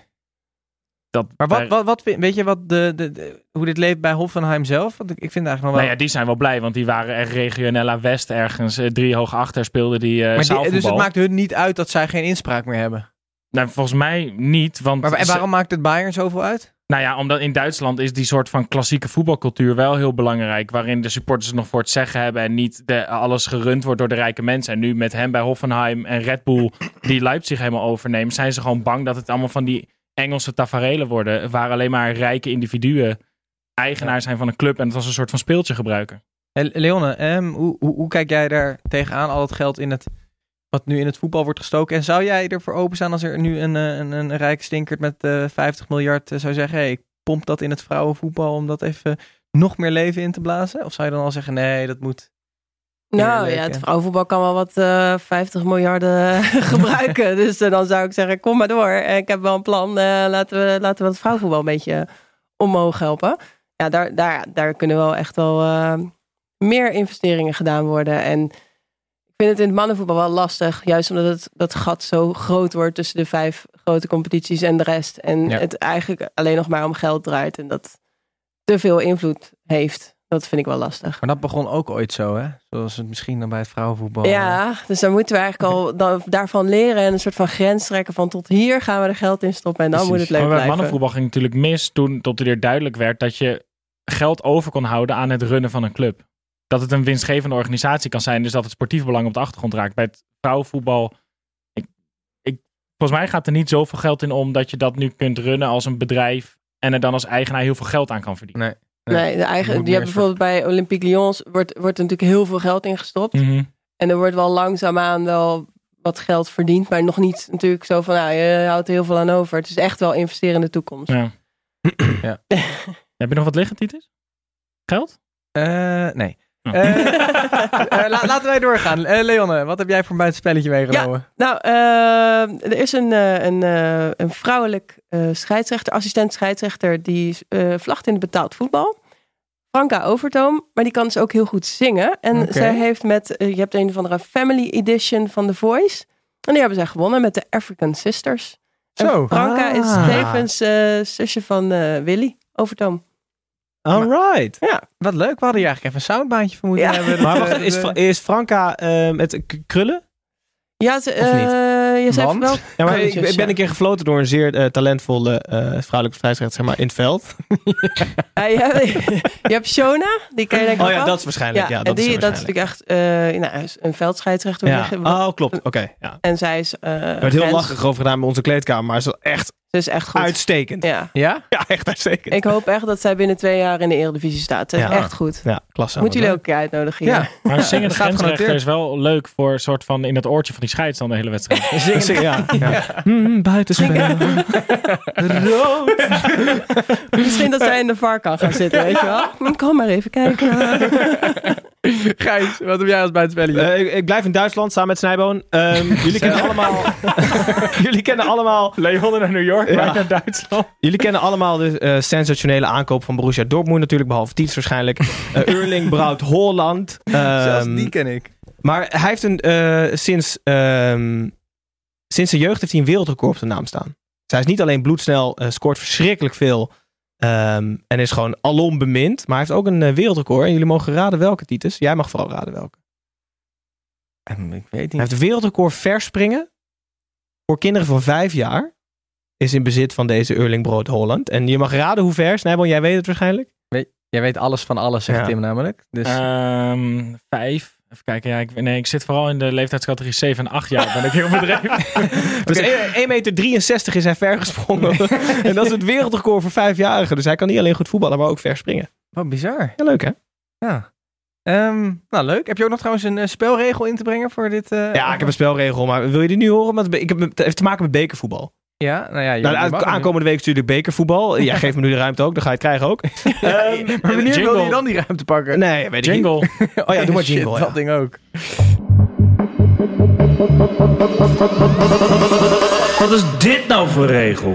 Dat maar wat, wat, wat weet je wat de, de, de, hoe dit leeft bij Hoffenheim zelf? Want ik, ik vind eigenlijk nog wel... Nou ja, die zijn wel blij, want die waren echt Regionella West ergens. Uh, drie hoog achter speelden die uh, maar die, Dus het maakt hun niet uit dat zij geen inspraak meer hebben? Nou, volgens mij niet. Want maar en waarom ze, maakt het Bayern zoveel uit? Nou ja, omdat in Duitsland is die soort van klassieke voetbalcultuur wel heel belangrijk. Waarin de supporters het nog voor het zeggen hebben en niet de, alles gerund wordt door de rijke mensen. En nu met hem bij Hoffenheim en Red Bull die Leipzig helemaal overneemt, zijn ze gewoon bang dat het allemaal van die Engelse taferelen worden. Waar alleen maar rijke individuen eigenaar ja. zijn van een club en het als een soort van speeltje gebruiken. Hey, Leone, um, hoe, hoe, hoe kijk jij daar tegenaan? Al het geld in het, wat nu in het voetbal wordt gestoken. En zou jij ervoor openstaan als er nu een, een, een rijke stinkert met uh, vijftig miljard uh, zou zeggen, hey, ik pomp dat in het vrouwenvoetbal om dat even nog meer leven in te blazen? Of zou je dan al zeggen, nee, dat moet... Nou ja, het vrouwenvoetbal kan wel wat uh, vijftig miljarden gebruiken. Dus uh, dan zou ik zeggen, kom maar door. Ik heb wel een plan. Uh, laten, we, laten we het vrouwenvoetbal een beetje omhoog helpen. ja, daar, daar, daar kunnen wel echt wel uh, meer investeringen gedaan worden. En ik vind het in het mannenvoetbal wel lastig. Juist omdat het, dat gat zo groot wordt tussen de vijf grote competities en de rest. En ja. het eigenlijk alleen nog maar om geld draait. En dat te veel invloed heeft. Dat vind ik wel lastig. Maar dat begon ook ooit zo, hè? Zoals het misschien dan bij het vrouwenvoetbal. Ja, dus dan moeten we eigenlijk al dan, daarvan leren. En een soort van grens trekken van tot hier gaan we er geld in stoppen. En dan Precies. moet het leuk maar bij blijven. Mannenvoetbal ging natuurlijk mis toen tot er weer duidelijk werd dat je geld over kon houden aan het runnen van een club. Dat het een winstgevende organisatie kan zijn. Dus dat het sportief belang op de achtergrond raakt. Bij het vrouwenvoetbal... Ik, ik, volgens mij gaat er niet zoveel geld in om dat je dat nu kunt runnen als een bedrijf. En er dan als eigenaar heel veel geld aan kan verdienen. Nee. Nee, nee de eigen, je hebt bijvoorbeeld bij Olympique Lyon wordt, wordt er natuurlijk heel veel geld ingestopt. Mm-hmm. En er wordt wel langzaamaan wel wat geld verdiend. Maar nog niet natuurlijk zo van, nou, je houdt er heel veel aan over. Het is echt wel investeren in de toekomst. Ja. ja. Heb je nog wat liggen, Titus? Geld? Uh, nee. Oh. Uh, uh, la, laten wij doorgaan. Uh, Leonne, wat heb jij voor een buitenspelletje meegenomen? Ja, nou, uh, er is een, uh, een, uh, een vrouwelijk uh, scheidsrechter, assistent scheidsrechter, die uh, vlagt in het betaald voetbal. Franka Overtoom, maar die kan dus ook heel goed zingen. En okay. zij heeft met, uh, je hebt een of andere Family Edition van The Voice. En die hebben zij gewonnen met de African Sisters. Zo. Franka ah. is tevens uh, zusje van uh, Willy Overtoom. Alright. Ja. Wat leuk. We hadden hier eigenlijk even een soundbaantje voor moeten ja. hebben. Maar wacht, is, is Franka uh, met k- krullen? Ja, ze, uh, je zei wel. Ja, maar ik, ik ben een keer gefloten door een zeer uh, talentvolle uh, vrouwelijke scheidsrechter, zeg maar, in het veld. ja, je, hebt, je hebt Shona, die ken je denk ik Oh ja, al. dat is waarschijnlijk. Ja, ja, dat, die, is dat is natuurlijk echt uh, nou, een veldscheidsrechter. Ja. Oh, klopt. Oké. Okay, ja. En zij is... Uh, er werd heel lachig over gedaan bij onze kleedkamer, maar ze is echt, ze is echt goed. Uitstekend. Ja. ja? Ja, echt uitstekend. Ik hoop echt dat zij binnen twee jaar in de Eredivisie staat. Dat is ja. echt goed. Ja, klasse. Moeten jullie ook een keer uitnodigen? Ja. Maar een zingende grensrechter is wel leuk voor een soort van in het oortje van die scheids dan de hele wedstrijd. Zingen, ja. ja. Mm, buitenspel. Rood. Misschien dat zij in de V A R kan gaan zitten, weet je wel. Kom maar even kijken. Gijs, wat heb jij als buitenspelletje? Uh, ik, ik blijf in Duitsland samen met Snijboon. Um, jullie kennen allemaal... jullie kennen allemaal... Leon naar New York, ja. naar Duitsland. Jullie kennen allemaal de uh, sensationele aankoop van Borussia Dortmund natuurlijk, behalve Tietz waarschijnlijk. Uh, Erling Braut Haaland. Um, Zelfs die ken ik. Maar hij heeft een... Uh, sinds, um, sinds zijn jeugd heeft hij een wereldrecord op zijn naam staan. Dus hij is niet alleen bloedsnel, uh, scoort verschrikkelijk veel... Um, en is gewoon alom bemind. Maar hij heeft ook een uh, wereldrecord. En jullie mogen raden welke, Titus. Jij mag vooral raden welke. Um, ik weet niet. Hij heeft een wereldrecord verspringen. Voor kinderen van vijf jaar. Is in bezit van deze Erling Braut Haaland. En je mag raden hoe ver. Snijboon, jij weet het waarschijnlijk. Weet, jij weet alles van alles, zegt ja. Tim namelijk. Dus... Um, vijf. Even kijken, ja, ik, nee, ik zit vooral in de leeftijdscategorie zeven en acht jaar. Ben ik heel bedreven. Dus één meter drieënzestig is hij ver gesprongen. En dat is het wereldrecord voor vijfjarigen. Dus hij kan niet alleen goed voetballen, maar ook ver springen. Wat bizar. Ja, leuk hè? Ja. Um, nou, leuk. Heb je ook nog trouwens een uh, spelregel in te brengen voor dit? Uh, ja, ik heb een spelregel, maar wil je die nu horen? Want ik heb, het heeft te maken met bekervoetbal. Ja, nou ja. Nou, de aankomende week natuurlijk bekervoetbal. Jij geeft me nu de ruimte ook, dan ga je het krijgen ook. um, maar wanneer wil je dan die ruimte pakken? Nee, weet ik jingle. niet. Oh ja, doe maar jingle. Shit, ja. dat ding ook. Wat is dit nou voor regel?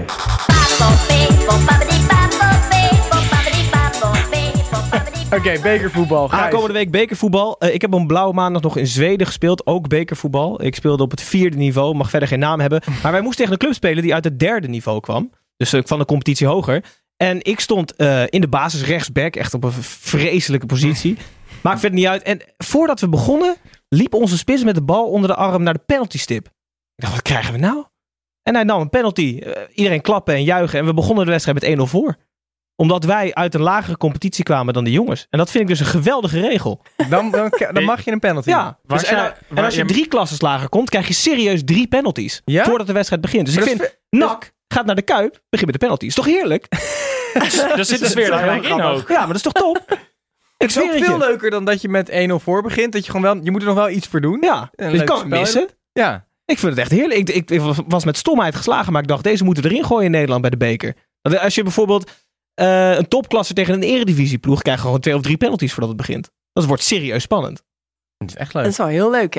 Oké, okay, bekervoetbal. Aankomende week bekervoetbal. Uh, ik heb op een blauwe maandag nog in Zweden gespeeld. Ook bekervoetbal. Ik speelde op het vierde niveau. Mag verder geen naam hebben. Maar wij moesten tegen een club spelen die uit het derde niveau kwam. Dus uh, van de competitie hoger. En ik stond uh, in de basis rechtsback. Echt op een vreselijke positie. Maakt verder niet uit. En voordat we begonnen, liep onze spits met de bal onder de arm naar de penaltystip. Ik dacht, wat krijgen we nou? En hij nam een penalty. Uh, iedereen klappen en juichen. En we begonnen de wedstrijd met één nul voor. Omdat wij uit een lagere competitie kwamen dan de jongens. En dat vind ik dus een geweldige regel. Dan, dan, dan mag je een penalty. Ja. Dus en, jij, en als je drie klassen lager komt, krijg je serieus drie penalties. Ja? Voordat de wedstrijd begint. Dus maar ik vind, v- N A C gaat naar de Kuip, begint met de penalties. Is toch heerlijk? Daar zit de sfeer er gelijk in ook. Ja, maar dat is toch top? Het is ook veel leuker dan dat je met één nul voor begint. Dat je gewoon wel, je moet er nog wel iets voor doen. Ja, dus je kan het missen. Ja. Ik vind het echt heerlijk. Ik, ik, ik was met stomheid geslagen, maar ik dacht, deze moeten we erin gooien in Nederland bij de beker. Want als je bijvoorbeeld uh, een topklasse tegen een eredivisieploeg krijgt gewoon twee of drie penalties voordat het begint. Dat wordt serieus spannend. Dat is echt leuk. Dat is wel heel leuk, ja.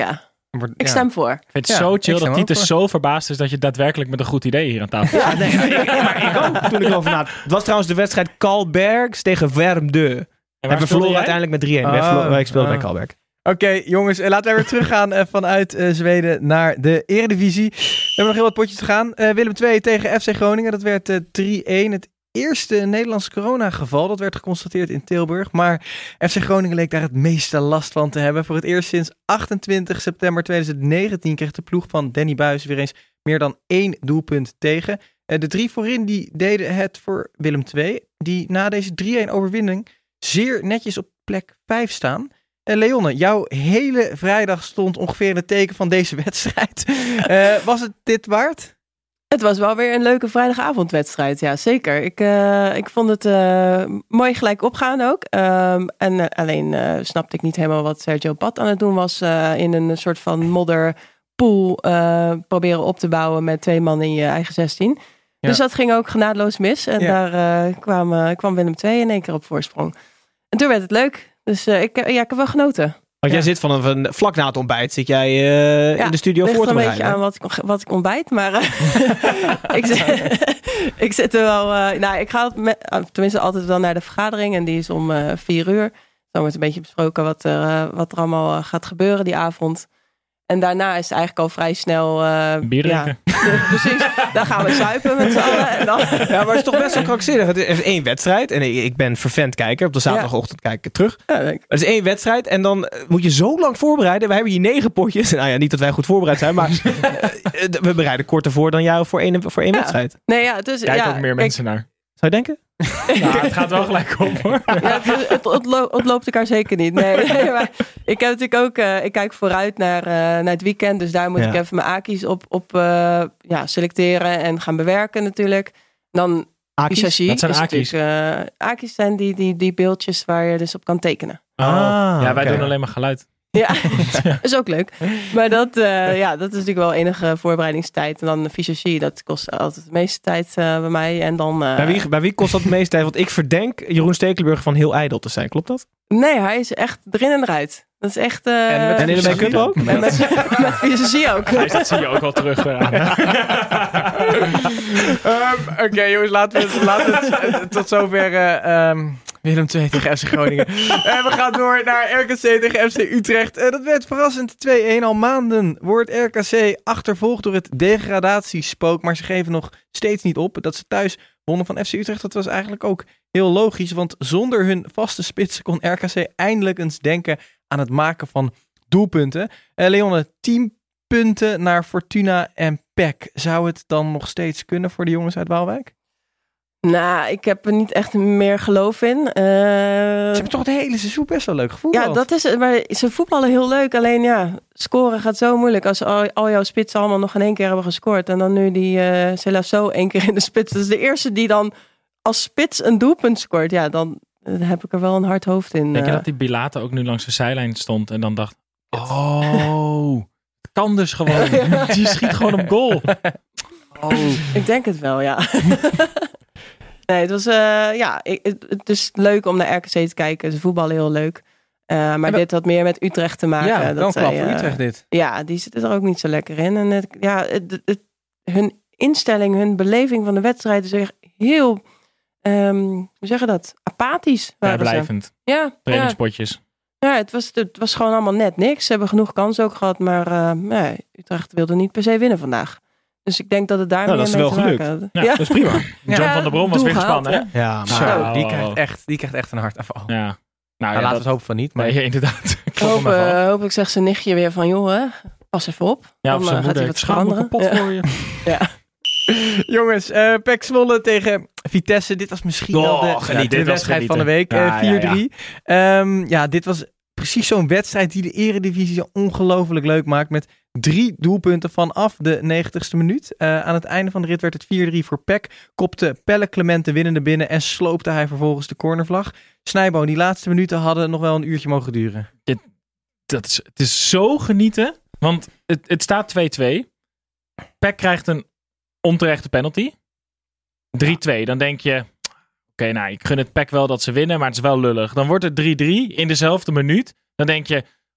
Wordt, Ik ja. stem voor. Ik vind het Ja, zo ik chill stem dat ook Titus voor. zo verbaasd is dat je daadwerkelijk met een goed idee hier aan tafel zit. Ja, nee, maar ik, maar ik ook, toen ik erover nadacht. Het was trouwens de wedstrijd Kalbergs tegen Wermde. En we verloren uiteindelijk met drie-een. Wij Oh, verloren- wij speelden oh. bij Kalberg. Oké, okay, jongens, eh, laten wij weer teruggaan uh, vanuit uh, Zweden naar de Eredivisie. We hebben nog heel wat potjes te gaan. Uh, Willem twee tegen F C Groningen, dat werd uh, drie-een. Het eerste Nederlandse coronageval, dat werd geconstateerd in Tilburg. Maar F C Groningen leek daar het meeste last van te hebben. Voor het eerst sinds achtentwintig september tweeduizend negentien kreeg de ploeg van Danny Buijs weer eens meer dan één doelpunt tegen. Uh, de drie voorin die deden het voor Willem twee, die na deze drie-een overwinning zeer netjes op plek vijf staan. Uh, Leonne, jouw hele vrijdag stond ongeveer in het teken van deze wedstrijd. Uh, was het dit waard? Het was wel weer een leuke vrijdagavondwedstrijd, ja zeker. Ik, uh, ik vond het uh, mooi gelijk opgaan ook. Um, en uh, alleen uh, snapte ik niet helemaal wat Sergio Pat aan het doen was. Uh, in een soort van modderpool uh, proberen op te bouwen met twee man in je eigen zestien. Ja. Dus dat ging ook genadeloos mis. En ja. daar uh, kwam, uh, kwam Willem twee in één keer op voorsprong. En toen werd het leuk. Dus uh, ik, ja, ik heb wel genoten. Want ja. jij zit van een, van vlak na het ontbijt, zit jij uh, ja, in de studio voor te bereiden. Het ligt een beetje aan wat ik, wat ik ontbijt, maar uh, ik, zit, ik zit er wel... Uh, nou, ik ga met, tenminste altijd wel naar de vergadering en die is om uh, vier uur. Dan wordt een beetje besproken wat er, uh, wat er allemaal uh, gaat gebeuren die avond. En daarna is het eigenlijk al vrij snel... Uh, Bier drinken. Ja, precies, dan gaan we zuipen met z'n allen. En dan... Ja, maar het is toch best wel krankzinnig. Het is één wedstrijd. En ik ben vervent kijker. Op de zaterdagochtend kijk ik terug. Ja, het is één wedstrijd. En dan moet je zo lang voorbereiden. We hebben hier negen potjes. Nou ja, niet dat wij goed voorbereid zijn. Maar we bereiden korter voor dan jou voor één, voor één ja. wedstrijd. Nee, ja, dus, Kijk ja, ook meer mensen ik... naar. Zou je denken? Nou, het gaat wel gelijk op hoor. Ja, het, het, het, lo- het loopt elkaar zeker niet. Nee, nee, maar ik heb natuurlijk ook, uh, ik kijk vooruit naar, uh, naar het weekend. Dus daar moet ja. ik even mijn Aki's op, op uh, ja, selecteren en gaan bewerken natuurlijk. Dan Aki's? Wat zijn Aki's? Uh, Aki's zijn die, die, die beeldjes waar je dus op kan tekenen. Oh, ah, ja, wij okay. doen alleen maar geluid. Ja, dat is ook leuk. Maar dat, uh, ja, dat is natuurlijk wel enige voorbereidingstijd. En dan de visagie, dat kost altijd de meeste tijd uh, bij mij. En dan, uh, bij, wie, bij wie kost dat de meeste tijd? Want ik verdenk Jeroen Stekelenburg van heel ijdel te zijn. Klopt dat? Nee, hij is echt erin en eruit. Dat is echt... Uh, en, met, en in de make-up ook? En met, met visagie ook. Hij, dat zie je ook wel terug. Uh, um, Oké okay, jongens, laten we, laten we het tot zover... Uh, um, Willem twee tegen F C Groningen. En we gaan door naar R K C tegen F C Utrecht. Uh, dat werd verrassend twee-een. Al maanden wordt R K C achtervolgd door het degradatiespook. Maar ze geven nog steeds niet op. Dat ze thuis wonnen van F C Utrecht, dat was eigenlijk ook heel logisch. Want zonder hun vaste spitsen kon R K C eindelijk eens denken aan het maken van doelpunten. Uh, Leonne, tien punten naar Fortuna en P E C. Zou het dan nog steeds kunnen voor de jongens uit Waalwijk? Nou, ik heb er niet echt meer geloof in. Uh, ze hebben toch het hele seizoen best wel leuk gevoetbald. Ja, dat is het. Maar ze voetballen heel leuk. Alleen ja, scoren gaat zo moeilijk. Als al, al jouw spitsen allemaal nog in één keer hebben gescoord. En dan nu die uh, Celasso één keer in de spits. Dat is de eerste die dan als spits een doelpunt scoort. Ja, dan uh, heb ik er wel een hard hoofd in. Denk je uh. dat die Bilate ook nu langs de zijlijn stond en dan dacht... Oh, het kan dus gewoon. Die schiet gewoon op goal. Oh. Ik denk het wel, ja. Nee, het was uh, ja, ik, het, het is leuk om naar R K C te kijken. Ze voetballen heel leuk. Uh, maar dit had meer met Utrecht te maken. Ja, dat wel zij, voor uh, Utrecht dit. Ja, die zitten er ook niet zo lekker in. En het, ja, het, het, hun instelling, hun beleving van de wedstrijd is echt heel, um, hoe zeg je dat? Apathisch. Blijvend. Ja, trainingspotjes. Ja, het was, het was gewoon allemaal net niks. Ze hebben genoeg kansen ook gehad, maar uh, nee, Utrecht wilde niet per se winnen vandaag. Dus ik denk dat het daar nou, meer mee mee te te maken maken had. Ja, ja, dat is prima. John ja, van der Brom was weer gespannen, hè? Ja, maar Zo, die, krijgt echt, die krijgt echt een hartaanval. Ja. Nou, nou ja, laten dat... we hopen van niet. Maar... Nee, inderdaad. Hoop, uh, hopelijk zegt zijn nichtje weer van, joh, hè, pas even op. Ja, dan of zijn uh, gaat hij wat veranderen. kapot ja. voor je. Ja. Jongens, uh, P E C Zwolle tegen Vitesse. Dit was misschien oh, wel de, genieten, de, de wedstrijd van de week. Ja, uh, vier drie. Ja, ja. Um, ja, dit was precies zo'n wedstrijd die de Eredivisie zo ongelooflijk leuk maakt. Met drie doelpunten vanaf de negentigste minuut. Uh, aan het einde van de rit werd het vier drie voor P E C. Kopte Pelle Clement de winnende binnen en sloopte hij vervolgens de cornervlag. Snijboon, die laatste minuten hadden nog wel een uurtje mogen duren. Dit, dat is, het is zo genieten. Want het, het staat twee-twee. P E C krijgt een onterechte penalty. drie-twee. Dan denk je... Oké, okay, nou, ik gun het P E C wel dat ze winnen, maar het is wel lullig. Dan wordt het drie drie in dezelfde minuut. Dan denk je...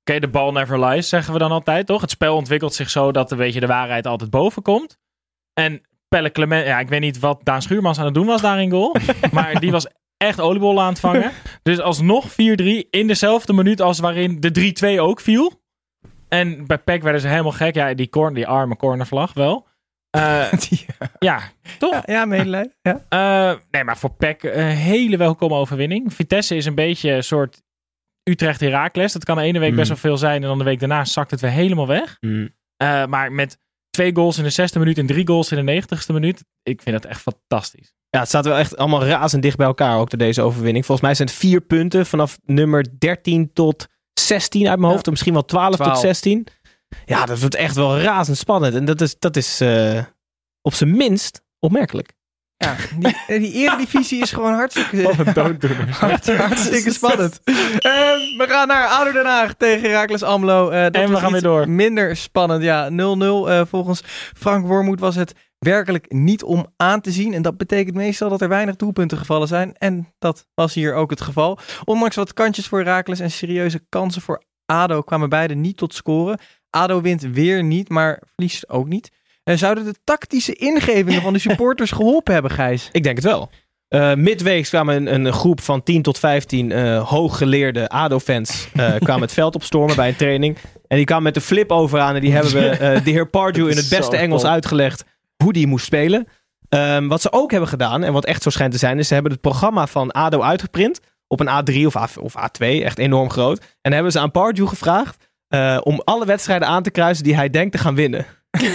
okay, de ball never lies, zeggen we dan altijd, toch? Het spel ontwikkelt zich zo dat een beetje de waarheid altijd boven komt. En Pelle Clement, ja, ik weet niet wat Daan Schuurmans aan het doen was daar in goal. Maar die was echt oliebollen aan het vangen. Dus alsnog vier drie in dezelfde minuut als waarin de drie twee ook viel. En bij P E C werden ze helemaal gek. Ja, die, corner, die arme cornervlag wel. Uh, ja, toch? Ja, ja medelijden. Ja. Uh, nee, maar voor P E C een hele welkome overwinning. Vitesse is een beetje een soort Utrecht-Heracles. Dat kan de ene week mm. best wel veel zijn en dan de week daarna zakt het weer helemaal weg. Mm. Uh, maar met twee goals in de zesde minuut en drie goals in de negentigste minuut. Ik vind dat echt fantastisch. Ja, het staat wel echt allemaal razend dicht bij elkaar ook door deze overwinning. Volgens mij zijn het vier punten vanaf nummer dertien tot zestien uit mijn hoofd. Ja. Of misschien wel twaalf, twaalf tot zestien. Ja, dat wordt echt wel razend spannend. En dat is, dat is uh, op zijn minst opmerkelijk. Ja, die, die eredivisie is gewoon hartstikke, hart, hartstikke spannend. Uh, we gaan naar A D O Den Haag tegen Heracles Almelo. Uh, dat en we gaan weer door. Minder spannend. Ja, nul nul. Uh, volgens Frank Wormoed was het werkelijk niet om aan te zien. En dat betekent meestal dat er weinig doelpunten gevallen zijn. En dat was hier ook het geval. Ondanks wat kantjes voor Heracles en serieuze kansen voor A D O kwamen beide niet tot scoren. A D O wint weer niet, maar verliest ook niet. Uh, zouden de tactische ingevingen van de supporters geholpen hebben, Gijs? Ik denk het wel. Uh, midweeks kwamen een, een groep van tien tot vijftien uh, hooggeleerde A D O-fans uh, kwamen het veld opstormen bij een training. En die kwamen met de flip over aan en die hebben we uh, de heer Pardew in het beste Engels uitgelegd hoe die moest spelen. Um, wat ze ook hebben gedaan, en wat echt zo schijnt te zijn, is ze hebben het programma van A D O uitgeprint op een A drie of, A, of A twee, echt enorm groot. En hebben ze aan Pardew gevraagd uh, om alle wedstrijden aan te kruisen die hij denkt te gaan winnen.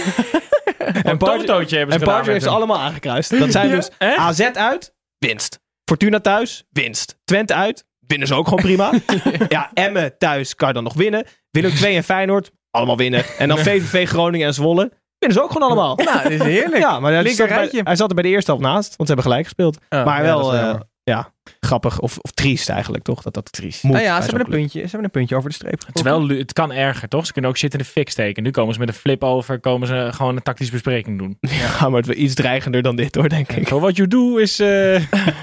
En Pardew en Pardew heeft ze allemaal aangekruist. Dat zijn dus ja, A Z uit, winst. Fortuna thuis, winst. Twente uit, winnen ze ook gewoon prima. Ja, Emmen thuis kan je dan nog winnen. Willem twee en Feyenoord, allemaal winnen. En dan V V V Groningen en Zwolle, winnen ze ook gewoon allemaal. Nou, dat is heerlijk. Ja, maar hij zat, bij, hij zat er bij de eerste helft naast, want ze hebben gelijk gespeeld. Oh, maar wel, ja, uh, ja, grappig of, of triest eigenlijk, toch? Dat dat triest moet. Nou ja, ze hebben, een puntje, ze hebben een puntje over de streep het, is wel, het kan erger, toch? Ze kunnen ook zitten in de fik steken. Nu komen ze met een flip over, komen ze gewoon een tactische bespreking doen. Ja, ja, maar het is wel iets dreigender dan dit, hoor, denk ik. So what you do is... Uh...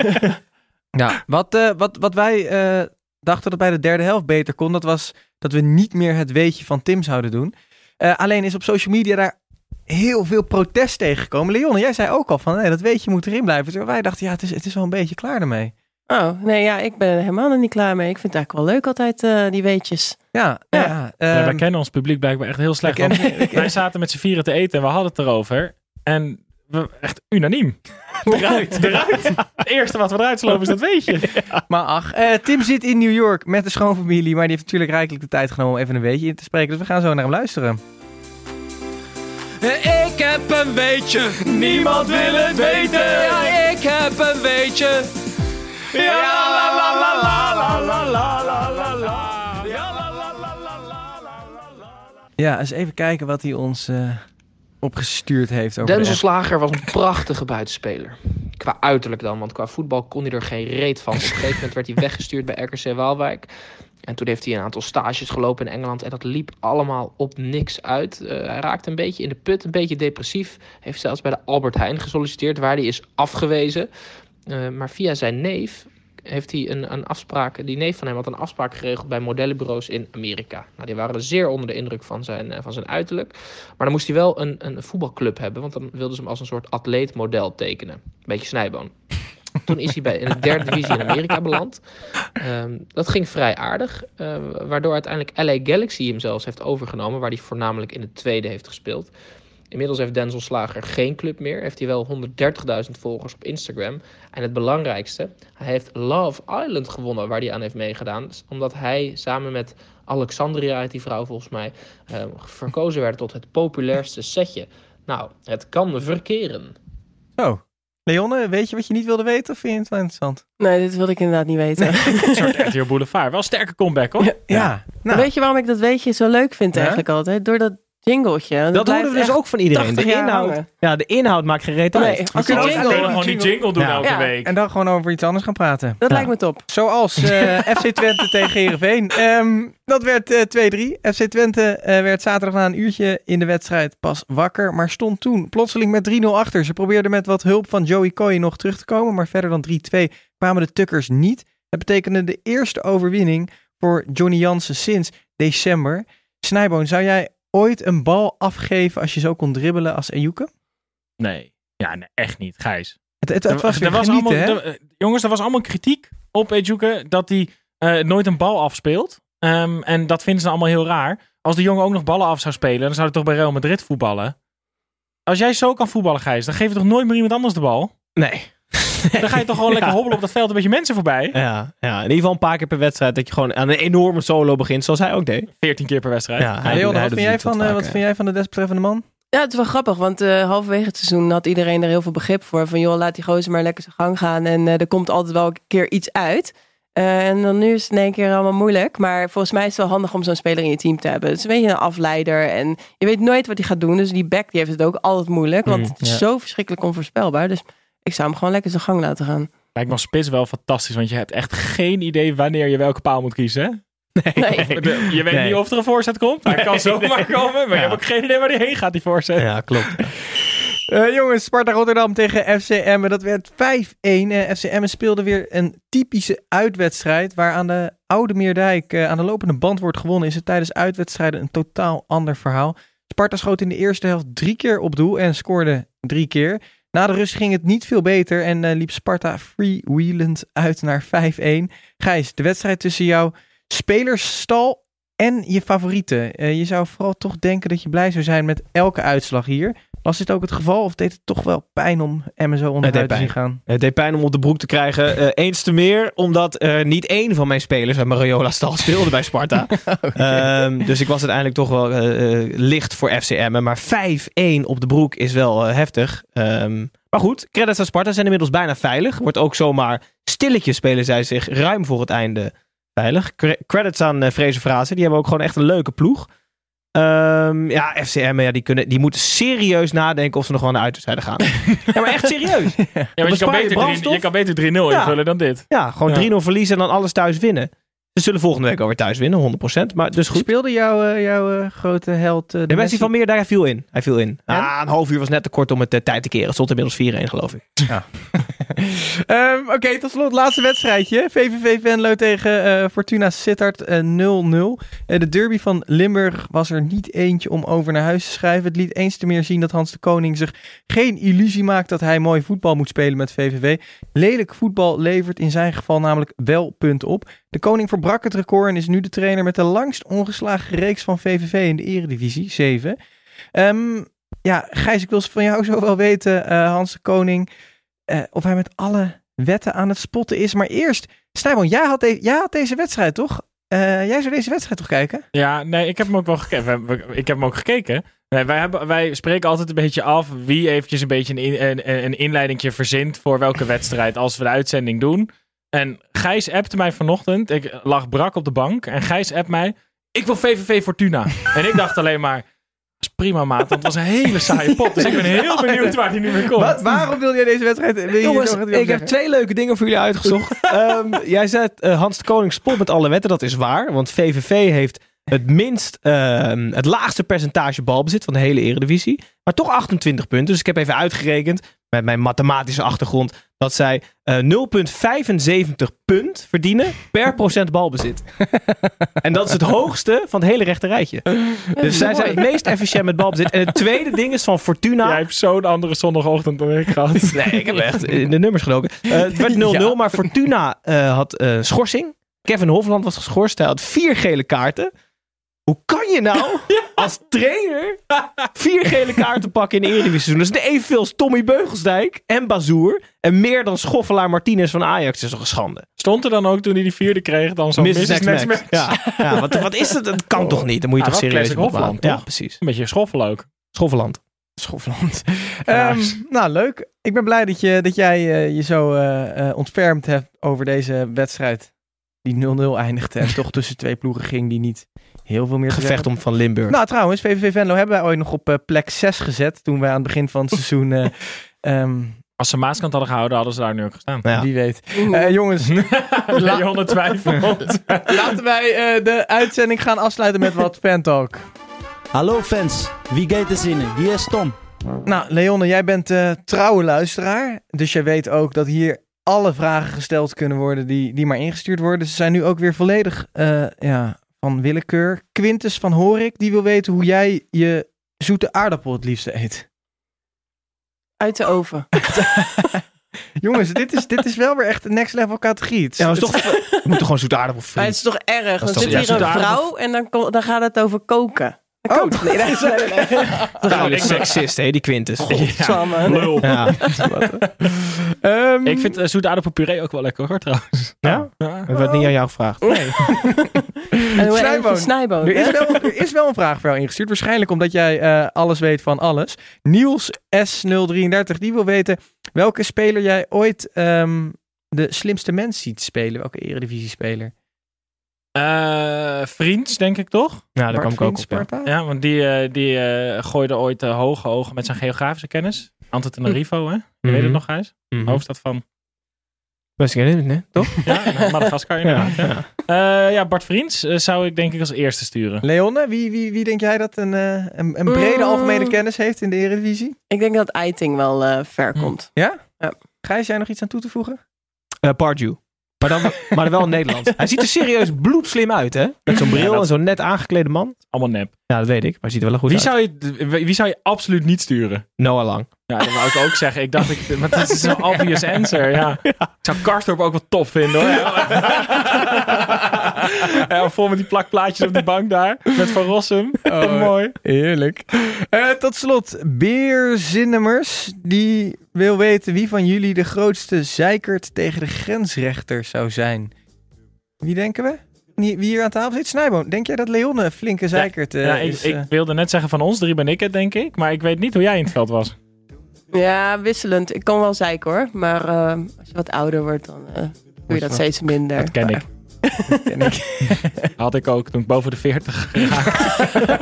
ja, wat, uh, wat, wat wij uh, dachten dat bij de derde helft beter kon, dat was dat we niet meer het weetje van Tim zouden doen. Uh, alleen is op social media daar heel veel protest tegengekomen. Leon, jij zei ook al van, nee, dat weetje moet erin blijven. Dus wij dachten, ja, het is, het is wel een beetje klaar ermee. Oh, nee, ja, ik ben er helemaal nog niet klaar mee. Ik vind het eigenlijk wel leuk altijd, uh, die weetjes. Ja, ja. ja, um, ja wij kennen ons publiek blijkelijk echt heel slecht. Wij, kennen, wij zaten met z'n vieren te eten en we hadden het erover. En we echt unaniem. Eruit, eruit. Het eerste wat we eruit slopen is dat weetje. Ja. Maar ach, uh, Tim zit in New York met de schoonfamilie, maar die heeft natuurlijk rijkelijk de tijd genomen om even een weetje in te spreken. Dus we gaan zo naar hem luisteren. Ik heb een weetje, niemand wil het weten. Ja, ik heb een weetje. Ja, la la la la la la la la la. Ja, la la la la la la la. Ja, eens even kijken wat hij ons uh, opgestuurd heeft. Over Denzel Slager was een prachtige buitenspeler. Qua uiterlijk dan, want qua voetbal kon hij er geen reet van. Op een gegeven moment werd hij weggestuurd bij R K C Waalwijk. En toen heeft hij een aantal stages gelopen in Engeland. En dat liep allemaal op niks uit. Uh, hij raakte een beetje in de put, een beetje depressief. Heeft zelfs bij de Albert Heijn gesolliciteerd, waar hij is afgewezen. Uh, maar via zijn neef heeft hij een, een afspraak... Die neef van hem had een afspraak geregeld bij modellenbureaus in Amerika. Nou, die waren zeer onder de indruk van zijn, uh, van zijn uiterlijk. Maar dan moest hij wel een, een voetbalclub hebben. Want dan wilden ze hem als een soort atleetmodel tekenen. Een beetje snijboon. Toen is hij bij, in de derde divisie in Amerika beland. Um, dat ging vrij aardig. Uh, waardoor uiteindelijk L A Galaxy hem zelfs heeft overgenomen. Waar hij voornamelijk in de tweede heeft gespeeld. Inmiddels heeft Denzel Slager geen club meer. Heeft hij wel honderddertigduizend volgers op Instagram. En het belangrijkste, hij heeft Love Island gewonnen. Waar hij aan heeft meegedaan. Omdat hij samen met Alexandria, heet die vrouw volgens mij, uh, verkozen werd tot het populairste setje. Nou, het kan verkeren. Zo. Leonne, weet je wat je niet wilde weten of vind je het wel interessant? Nee, dit wilde ik inderdaad niet weten. Een soort R T L Boulevard. Wel een sterke comeback, hoor. Ja. ja. Nou. Weet je waarom ik dat weetje zo leuk vind ja? eigenlijk altijd? Door dat jingletje. Dat, dat horen we dus ook van iedereen. De inhoud, ja, de inhoud maakt geen reet uit. Nee, als we kunnen jingle, gewoon die jingle doen ja. elke ja. week. En dan gewoon over iets anders gaan praten. Dat ja. lijkt me top. Zoals uh, F C Twente tegen Heerenveen. Um, dat werd uh, twee drie. F C Twente uh, werd zaterdag na een uurtje in de wedstrijd pas wakker. Maar stond toen plotseling met drie nul achter. Ze probeerden met wat hulp van Joey Coy nog terug te komen. Maar verder dan drie twee kwamen de Tukkers niet. Dat betekende de eerste overwinning voor Johnny Jansen sinds december. Snijboon, zou jij ooit een bal afgeven als je zo kon dribbelen als Ejuke? Nee. Ja, nee, echt niet. Gijs. Het, het, het was er, weer er was genieten, allemaal, hè? er, jongens, er was allemaal kritiek op Ejuke dat hij uh, nooit een bal afspeelt. Um, en dat vinden ze allemaal heel raar. Als de jongen ook nog ballen af zou spelen, dan zou hij toch bij Real Madrid voetballen. Als jij zo kan voetballen, Gijs, dan geef je toch nooit meer iemand anders de bal? Nee. Dan ga je toch gewoon lekker Ja. hobbelen op dat veld, een beetje mensen voorbij. Ja, ja, in ieder geval een paar keer per wedstrijd dat je gewoon aan een enorme solo begint, zoals hij ook deed. veertien keer per wedstrijd. Ja, hij, Leon, hij wat, doet vind jij het van, wat uh, vaker. wat vind jij van de desbetreffende man? Ja, het is wel grappig, want uh, halverwege het seizoen had iedereen er heel veel begrip voor. Van joh, laat die gozer maar lekker zijn gang gaan en uh, er komt altijd wel een keer iets uit. Uh, en dan nu is het in één keer allemaal moeilijk. Maar volgens mij is het wel handig om zo'n speler in je team te hebben. Het is een beetje een afleider en je weet nooit wat hij gaat doen. Dus die back die heeft het ook altijd moeilijk, want Mm, het is ja. zo verschrikkelijk onvoorspelbaar. Dus ik zou hem gewoon lekker zijn gang laten gaan. Lijkt me als spits wel fantastisch, want je hebt echt geen idee wanneer je welke paal moet kiezen. Hè? Nee. De- je weet Nee. niet of er een voorzet komt. Hij kan zomaar komen, maar Ja. je hebt ook geen idee waar hij heen gaat, die voorzet. Ja, klopt. Uh, jongens, Sparta Rotterdam tegen F C Emmen. Dat werd vijf-een. Uh, F C Emmen speelde weer een typische uitwedstrijd. Waar aan de Oude Meerdijk uh, aan de lopende band wordt gewonnen. Is het tijdens uitwedstrijden een totaal ander verhaal. Sparta schoot in de eerste helft drie keer op doel en scoorde drie keer. Na de rust ging het niet veel beter en uh, liep Sparta freewheelend uit naar vijf-een. Gijs, de wedstrijd tussen jouw spelersstal en je favorieten. Uh, je zou vooral toch denken dat je blij zou zijn met elke uitslag hier. Was dit ook het geval of deed het toch wel pijn om Emmen zo onderuit te zien gaan? Het deed pijn om op de broek te krijgen. Uh, eens te meer, omdat uh, niet één van mijn spelers uit Mariola-stal speelde bij Sparta. okay. um, dus ik was uiteindelijk toch wel uh, uh, licht voor F C Emmen. Maar vijf-een op de broek is wel uh, heftig. Um, maar goed, credits aan Sparta zijn inmiddels bijna veilig. Wordt ook zomaar stilletjes spelen zij zich ruim voor het einde veilig. Credits aan uh, Fraser Fraser. Die hebben ook gewoon echt een leuke ploeg. Um, ja, F C Emmen, ja, die, kunnen, die moeten serieus nadenken of ze nog wel naar uitwedstrijden gaan. Ja, maar echt serieus. Ja, maar je kan, beter drie, je kan beter drie nul Ja. invullen dan dit. Ja, gewoon Ja. drie nul verliezen en dan alles thuis winnen. Ze zullen volgende week alweer thuis winnen, honderd procent. Maar dus goed. Speelde jouw, uh, jouw uh, grote held... Uh, de de Messi van Meerdijk, hij viel in. Hij viel in. En? Ah, een half uur was net te kort om het uh, tijd te keren. Het stond inmiddels vier-een, geloof ik. Ja. um, Oké, okay, tot slot, laatste wedstrijdje. V V V Venlo tegen uh, Fortuna Sittard uh, nul nul. Uh, de derby van Limburg was er niet eentje om over naar huis te schrijven. Het liet eens te meer zien dat Hans de Koning zich geen illusie maakt dat hij mooi voetbal moet spelen met V V V. Lelijk voetbal levert in zijn geval namelijk wel punten op. De Koning verbrak het record en is nu de trainer met de langst ongeslagen reeks van V V V in de Eredivisie, zeven. Um, ja, Gijs, ik wil van jou zo wel weten, uh, Hans de Koning, uh, of hij met alle wetten aan het spotten is. Maar eerst, Snijboon, jij had, de- jij had deze wedstrijd, toch? Uh, jij zou deze wedstrijd toch kijken? Ja, nee, ik heb hem ook wel gekeken. Ik heb hem ook gekeken. Nee, wij, hebben, wij spreken altijd een beetje af wie eventjes een beetje een, in, een, een inleidingje verzint voor welke wedstrijd als we de uitzending doen. En Gijs appte mij vanochtend. Ik lag brak op de bank. En Gijs appt mij. Ik wil V V V Fortuna. En ik dacht alleen maar. Dat is prima, maat. Want het was een hele saaie pot. Dus ik ben heel benieuwd waar die nu mee komt. Wat, waarom wil jij deze wedstrijd? Wil je Jongens, nog wat ik heb zeggen? twee leuke dingen voor jullie uitgezocht. um, jij zei uh, Hans de Koning spot met alle wetten. Dat is waar. Want V V V heeft het minst, uh, het laagste percentage balbezit van de hele Eredivisie. Maar toch achtentwintig punten. Dus ik heb even uitgerekend met mijn mathematische achtergrond dat zij uh, nul komma vijfenzeventig punt verdienen per procent balbezit. En dat is het hoogste van het hele rechterrijtje. Dus zij zijn het meest efficiënt met balbezit. En het tweede ding is van Fortuna. Jij hebt zo'n andere zondagochtend dan ik gehad. Nee, ik heb echt in de nummers gedoken. Uh, het werd nul nul, ja. Maar Fortuna uh, had uh, schorsing. Kevin Hofland was geschorst. Hij had vier gele kaarten. Hoe kan je nou als trainer vier gele kaarten pakken in de Eredivisie? Dat is evenveel als Tommy Beugelsdijk en Bazoer. En meer dan Schoffelaar Martinez van Ajax. Dat is toch een schande. Stond er dan ook toen hij die vierde kreeg dan zo'n missus missus Next Next Max. Max? Ja, ja wat, wat is het? Dat kan oh. toch niet? Dan moet je ja, toch serieus classic Hofland, Ja, toch? precies. Een beetje schoffel ook. Schoffeland. Schoffeland. um, nou, leuk. Ik ben blij dat, je, dat jij uh, je zo uh, uh, ontfermd hebt over deze wedstrijd. Die nul nul eindigde en toch tussen twee ploegen ging die niet heel veel meer te Gevecht om van Limburg. Nou, trouwens, V V V Venlo hebben wij ooit nog op uh, plek zes gezet toen wij aan het begin van het seizoen... Uh, um, Als ze Maaskant hadden gehouden, hadden ze daar nu ook gestaan. Ja. Wie weet. Uh, jongens. Leon twijfelt. Laten wij uh, de uitzending gaan afsluiten met wat fantalk. Hallo fans, wie gaat er zinnen? Hier is Tom. Nou, Leonne, jij bent uh, trouwe luisteraar. Dus jij weet ook dat hier alle vragen gesteld kunnen worden die, die maar ingestuurd worden. Ze zijn nu ook weer volledig uh, ja, van willekeur. Quintus van Horik, die wil weten hoe jij je zoete aardappel het liefste eet. Uit de oven. Jongens, dit is, dit is wel weer echt een next level categorie. Ja, maar het is toch, we moeten gewoon zoete aardappel Maar vriezen. het is toch erg? Dan Dat is zit toch- hier ja, een zoete vrouw en dan, kom- dan gaat het over koken. Oh. Kook. Nee, dat is nee, nee, nee. Nou, de seksist, hè, die Quintus. Godsamme. Lul. Ja. Um, Ik vind uh, zoete aardappelpuree ook wel lekker hoor trouwens. Ja? Ja. Dat werd niet aan jou gevraagd. En hoe Snijboon. heet je Snijboon? Er is, wel, er is wel een vraag voor jou ingestuurd. Waarschijnlijk omdat jij uh, alles weet van alles. Niels S nul drieëndertig, die wil weten welke speler jij ooit um, de slimste mens ziet spelen. Welke eredivisie-speler? Uh, Vriends, denk ik toch? Ja, daar kwam ik ook op. Ja. Sparta? Ja, want die, uh, die uh, gooide ooit uh, hoge ogen met zijn geografische kennis. Antananarivo, hè? Je Mhm. weet het nog, Gijs? Mhm. Hoofdstad van... Best geen nee, toch? Ja, Madagaskar inderdaad. Ja, Ja, ja. Uh, ja Bart Vriends uh, zou ik denk ik als eerste sturen. Leonne, wie, wie, wie denk jij dat een, uh, een, een brede Mm. algemene kennis heeft in de eredivisie? Ik denk dat Eiting wel uh, ver komt. Ja? Ja. Gijs, jij nog iets aan toe te voegen? Uh, Pardew. Maar dan, maar dan wel in Nederland. Hij ziet er serieus bloedslim uit, hè? Met zo'n bril Ja, dat- en zo'n net aangeklede man. Allemaal nep. Ja, dat weet ik. Maar hij ziet er wel goed Wie uit. zou, je, wie zou je absoluut niet sturen? Noah Lang. Ja, dat wou ik ook zeggen. Ik dacht, ik, maar dat is een obvious answer. Ja. Ik zou Karstorp ook wel top vinden hoor. Ja, vol met die plakplaatjes op die bank daar. Met Van Rossum. Oh, mooi. Heerlijk. Uh, tot slot, Beerzinnemmers. Die wil weten wie van jullie de grootste zeikert tegen de grensrechter zou zijn. Wie denken we? Wie hier aan tafel zit? Snijboon. Denk jij dat Leonne een flinke zeikert uh, Ja, ik, is? Uh... ik wilde net zeggen van ons drie ben ik het, denk ik. Maar ik weet niet hoe jij in het veld was. Ja, wisselend. Ik kan wel zeiken hoor. Maar uh, als je wat ouder wordt, dan uh, doe je dat steeds minder. Dat ken ik. Dat ken ik. Had ik ook toen ik boven de veertig geraakt.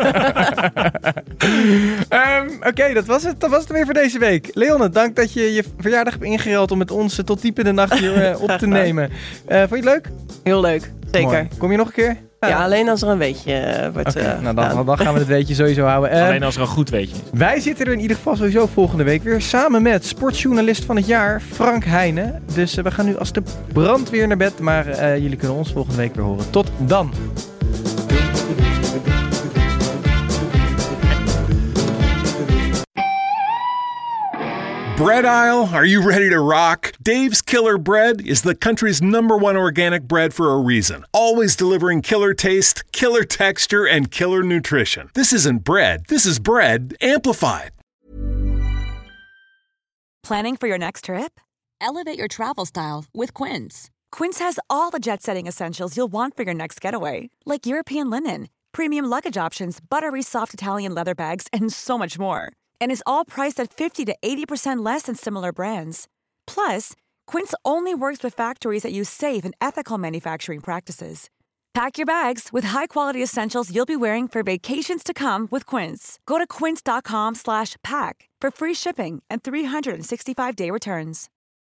um, Oké, okay, dat was het. Dat was het weer voor deze week. Leonne, dank dat je je verjaardag hebt ingeruild om met ons tot diep in de nacht hier uh, op te nemen. Uh, vond je het leuk? Heel leuk, zeker. Mooi. Kom je nog een keer? Ja, ja, alleen als er een weetje uh, wordt okay, uh, nou dan, dan gaan we het weetje sowieso houden. Uh, alleen als er een goed weetje is. Wij zitten er in ieder geval sowieso volgende week weer samen met sportjournalist van het jaar Frank Heijnen. Dus uh, we gaan nu als de brandweer naar bed, maar uh, jullie kunnen ons volgende week weer horen. Tot dan! Bread aisle, are you ready to rock? Dave's Killer Bread is the country's number one organic bread for a reason. Always delivering killer taste, killer texture, and killer nutrition. This isn't bread, this is bread amplified. Planning for your next trip? Elevate your travel style with Quince. Quince has all the jet-setting essentials you'll want for your next getaway, like European linen, premium luggage options, buttery soft Italian leather bags, and so much more. And is all priced at fifty to eighty percent less than similar brands. Plus, Quince only works with factories that use safe and ethical manufacturing practices. Pack your bags with high-quality essentials you'll be wearing for vacations to come with Quince. Go to quince.com slash pack for free shipping and three sixty-five day returns.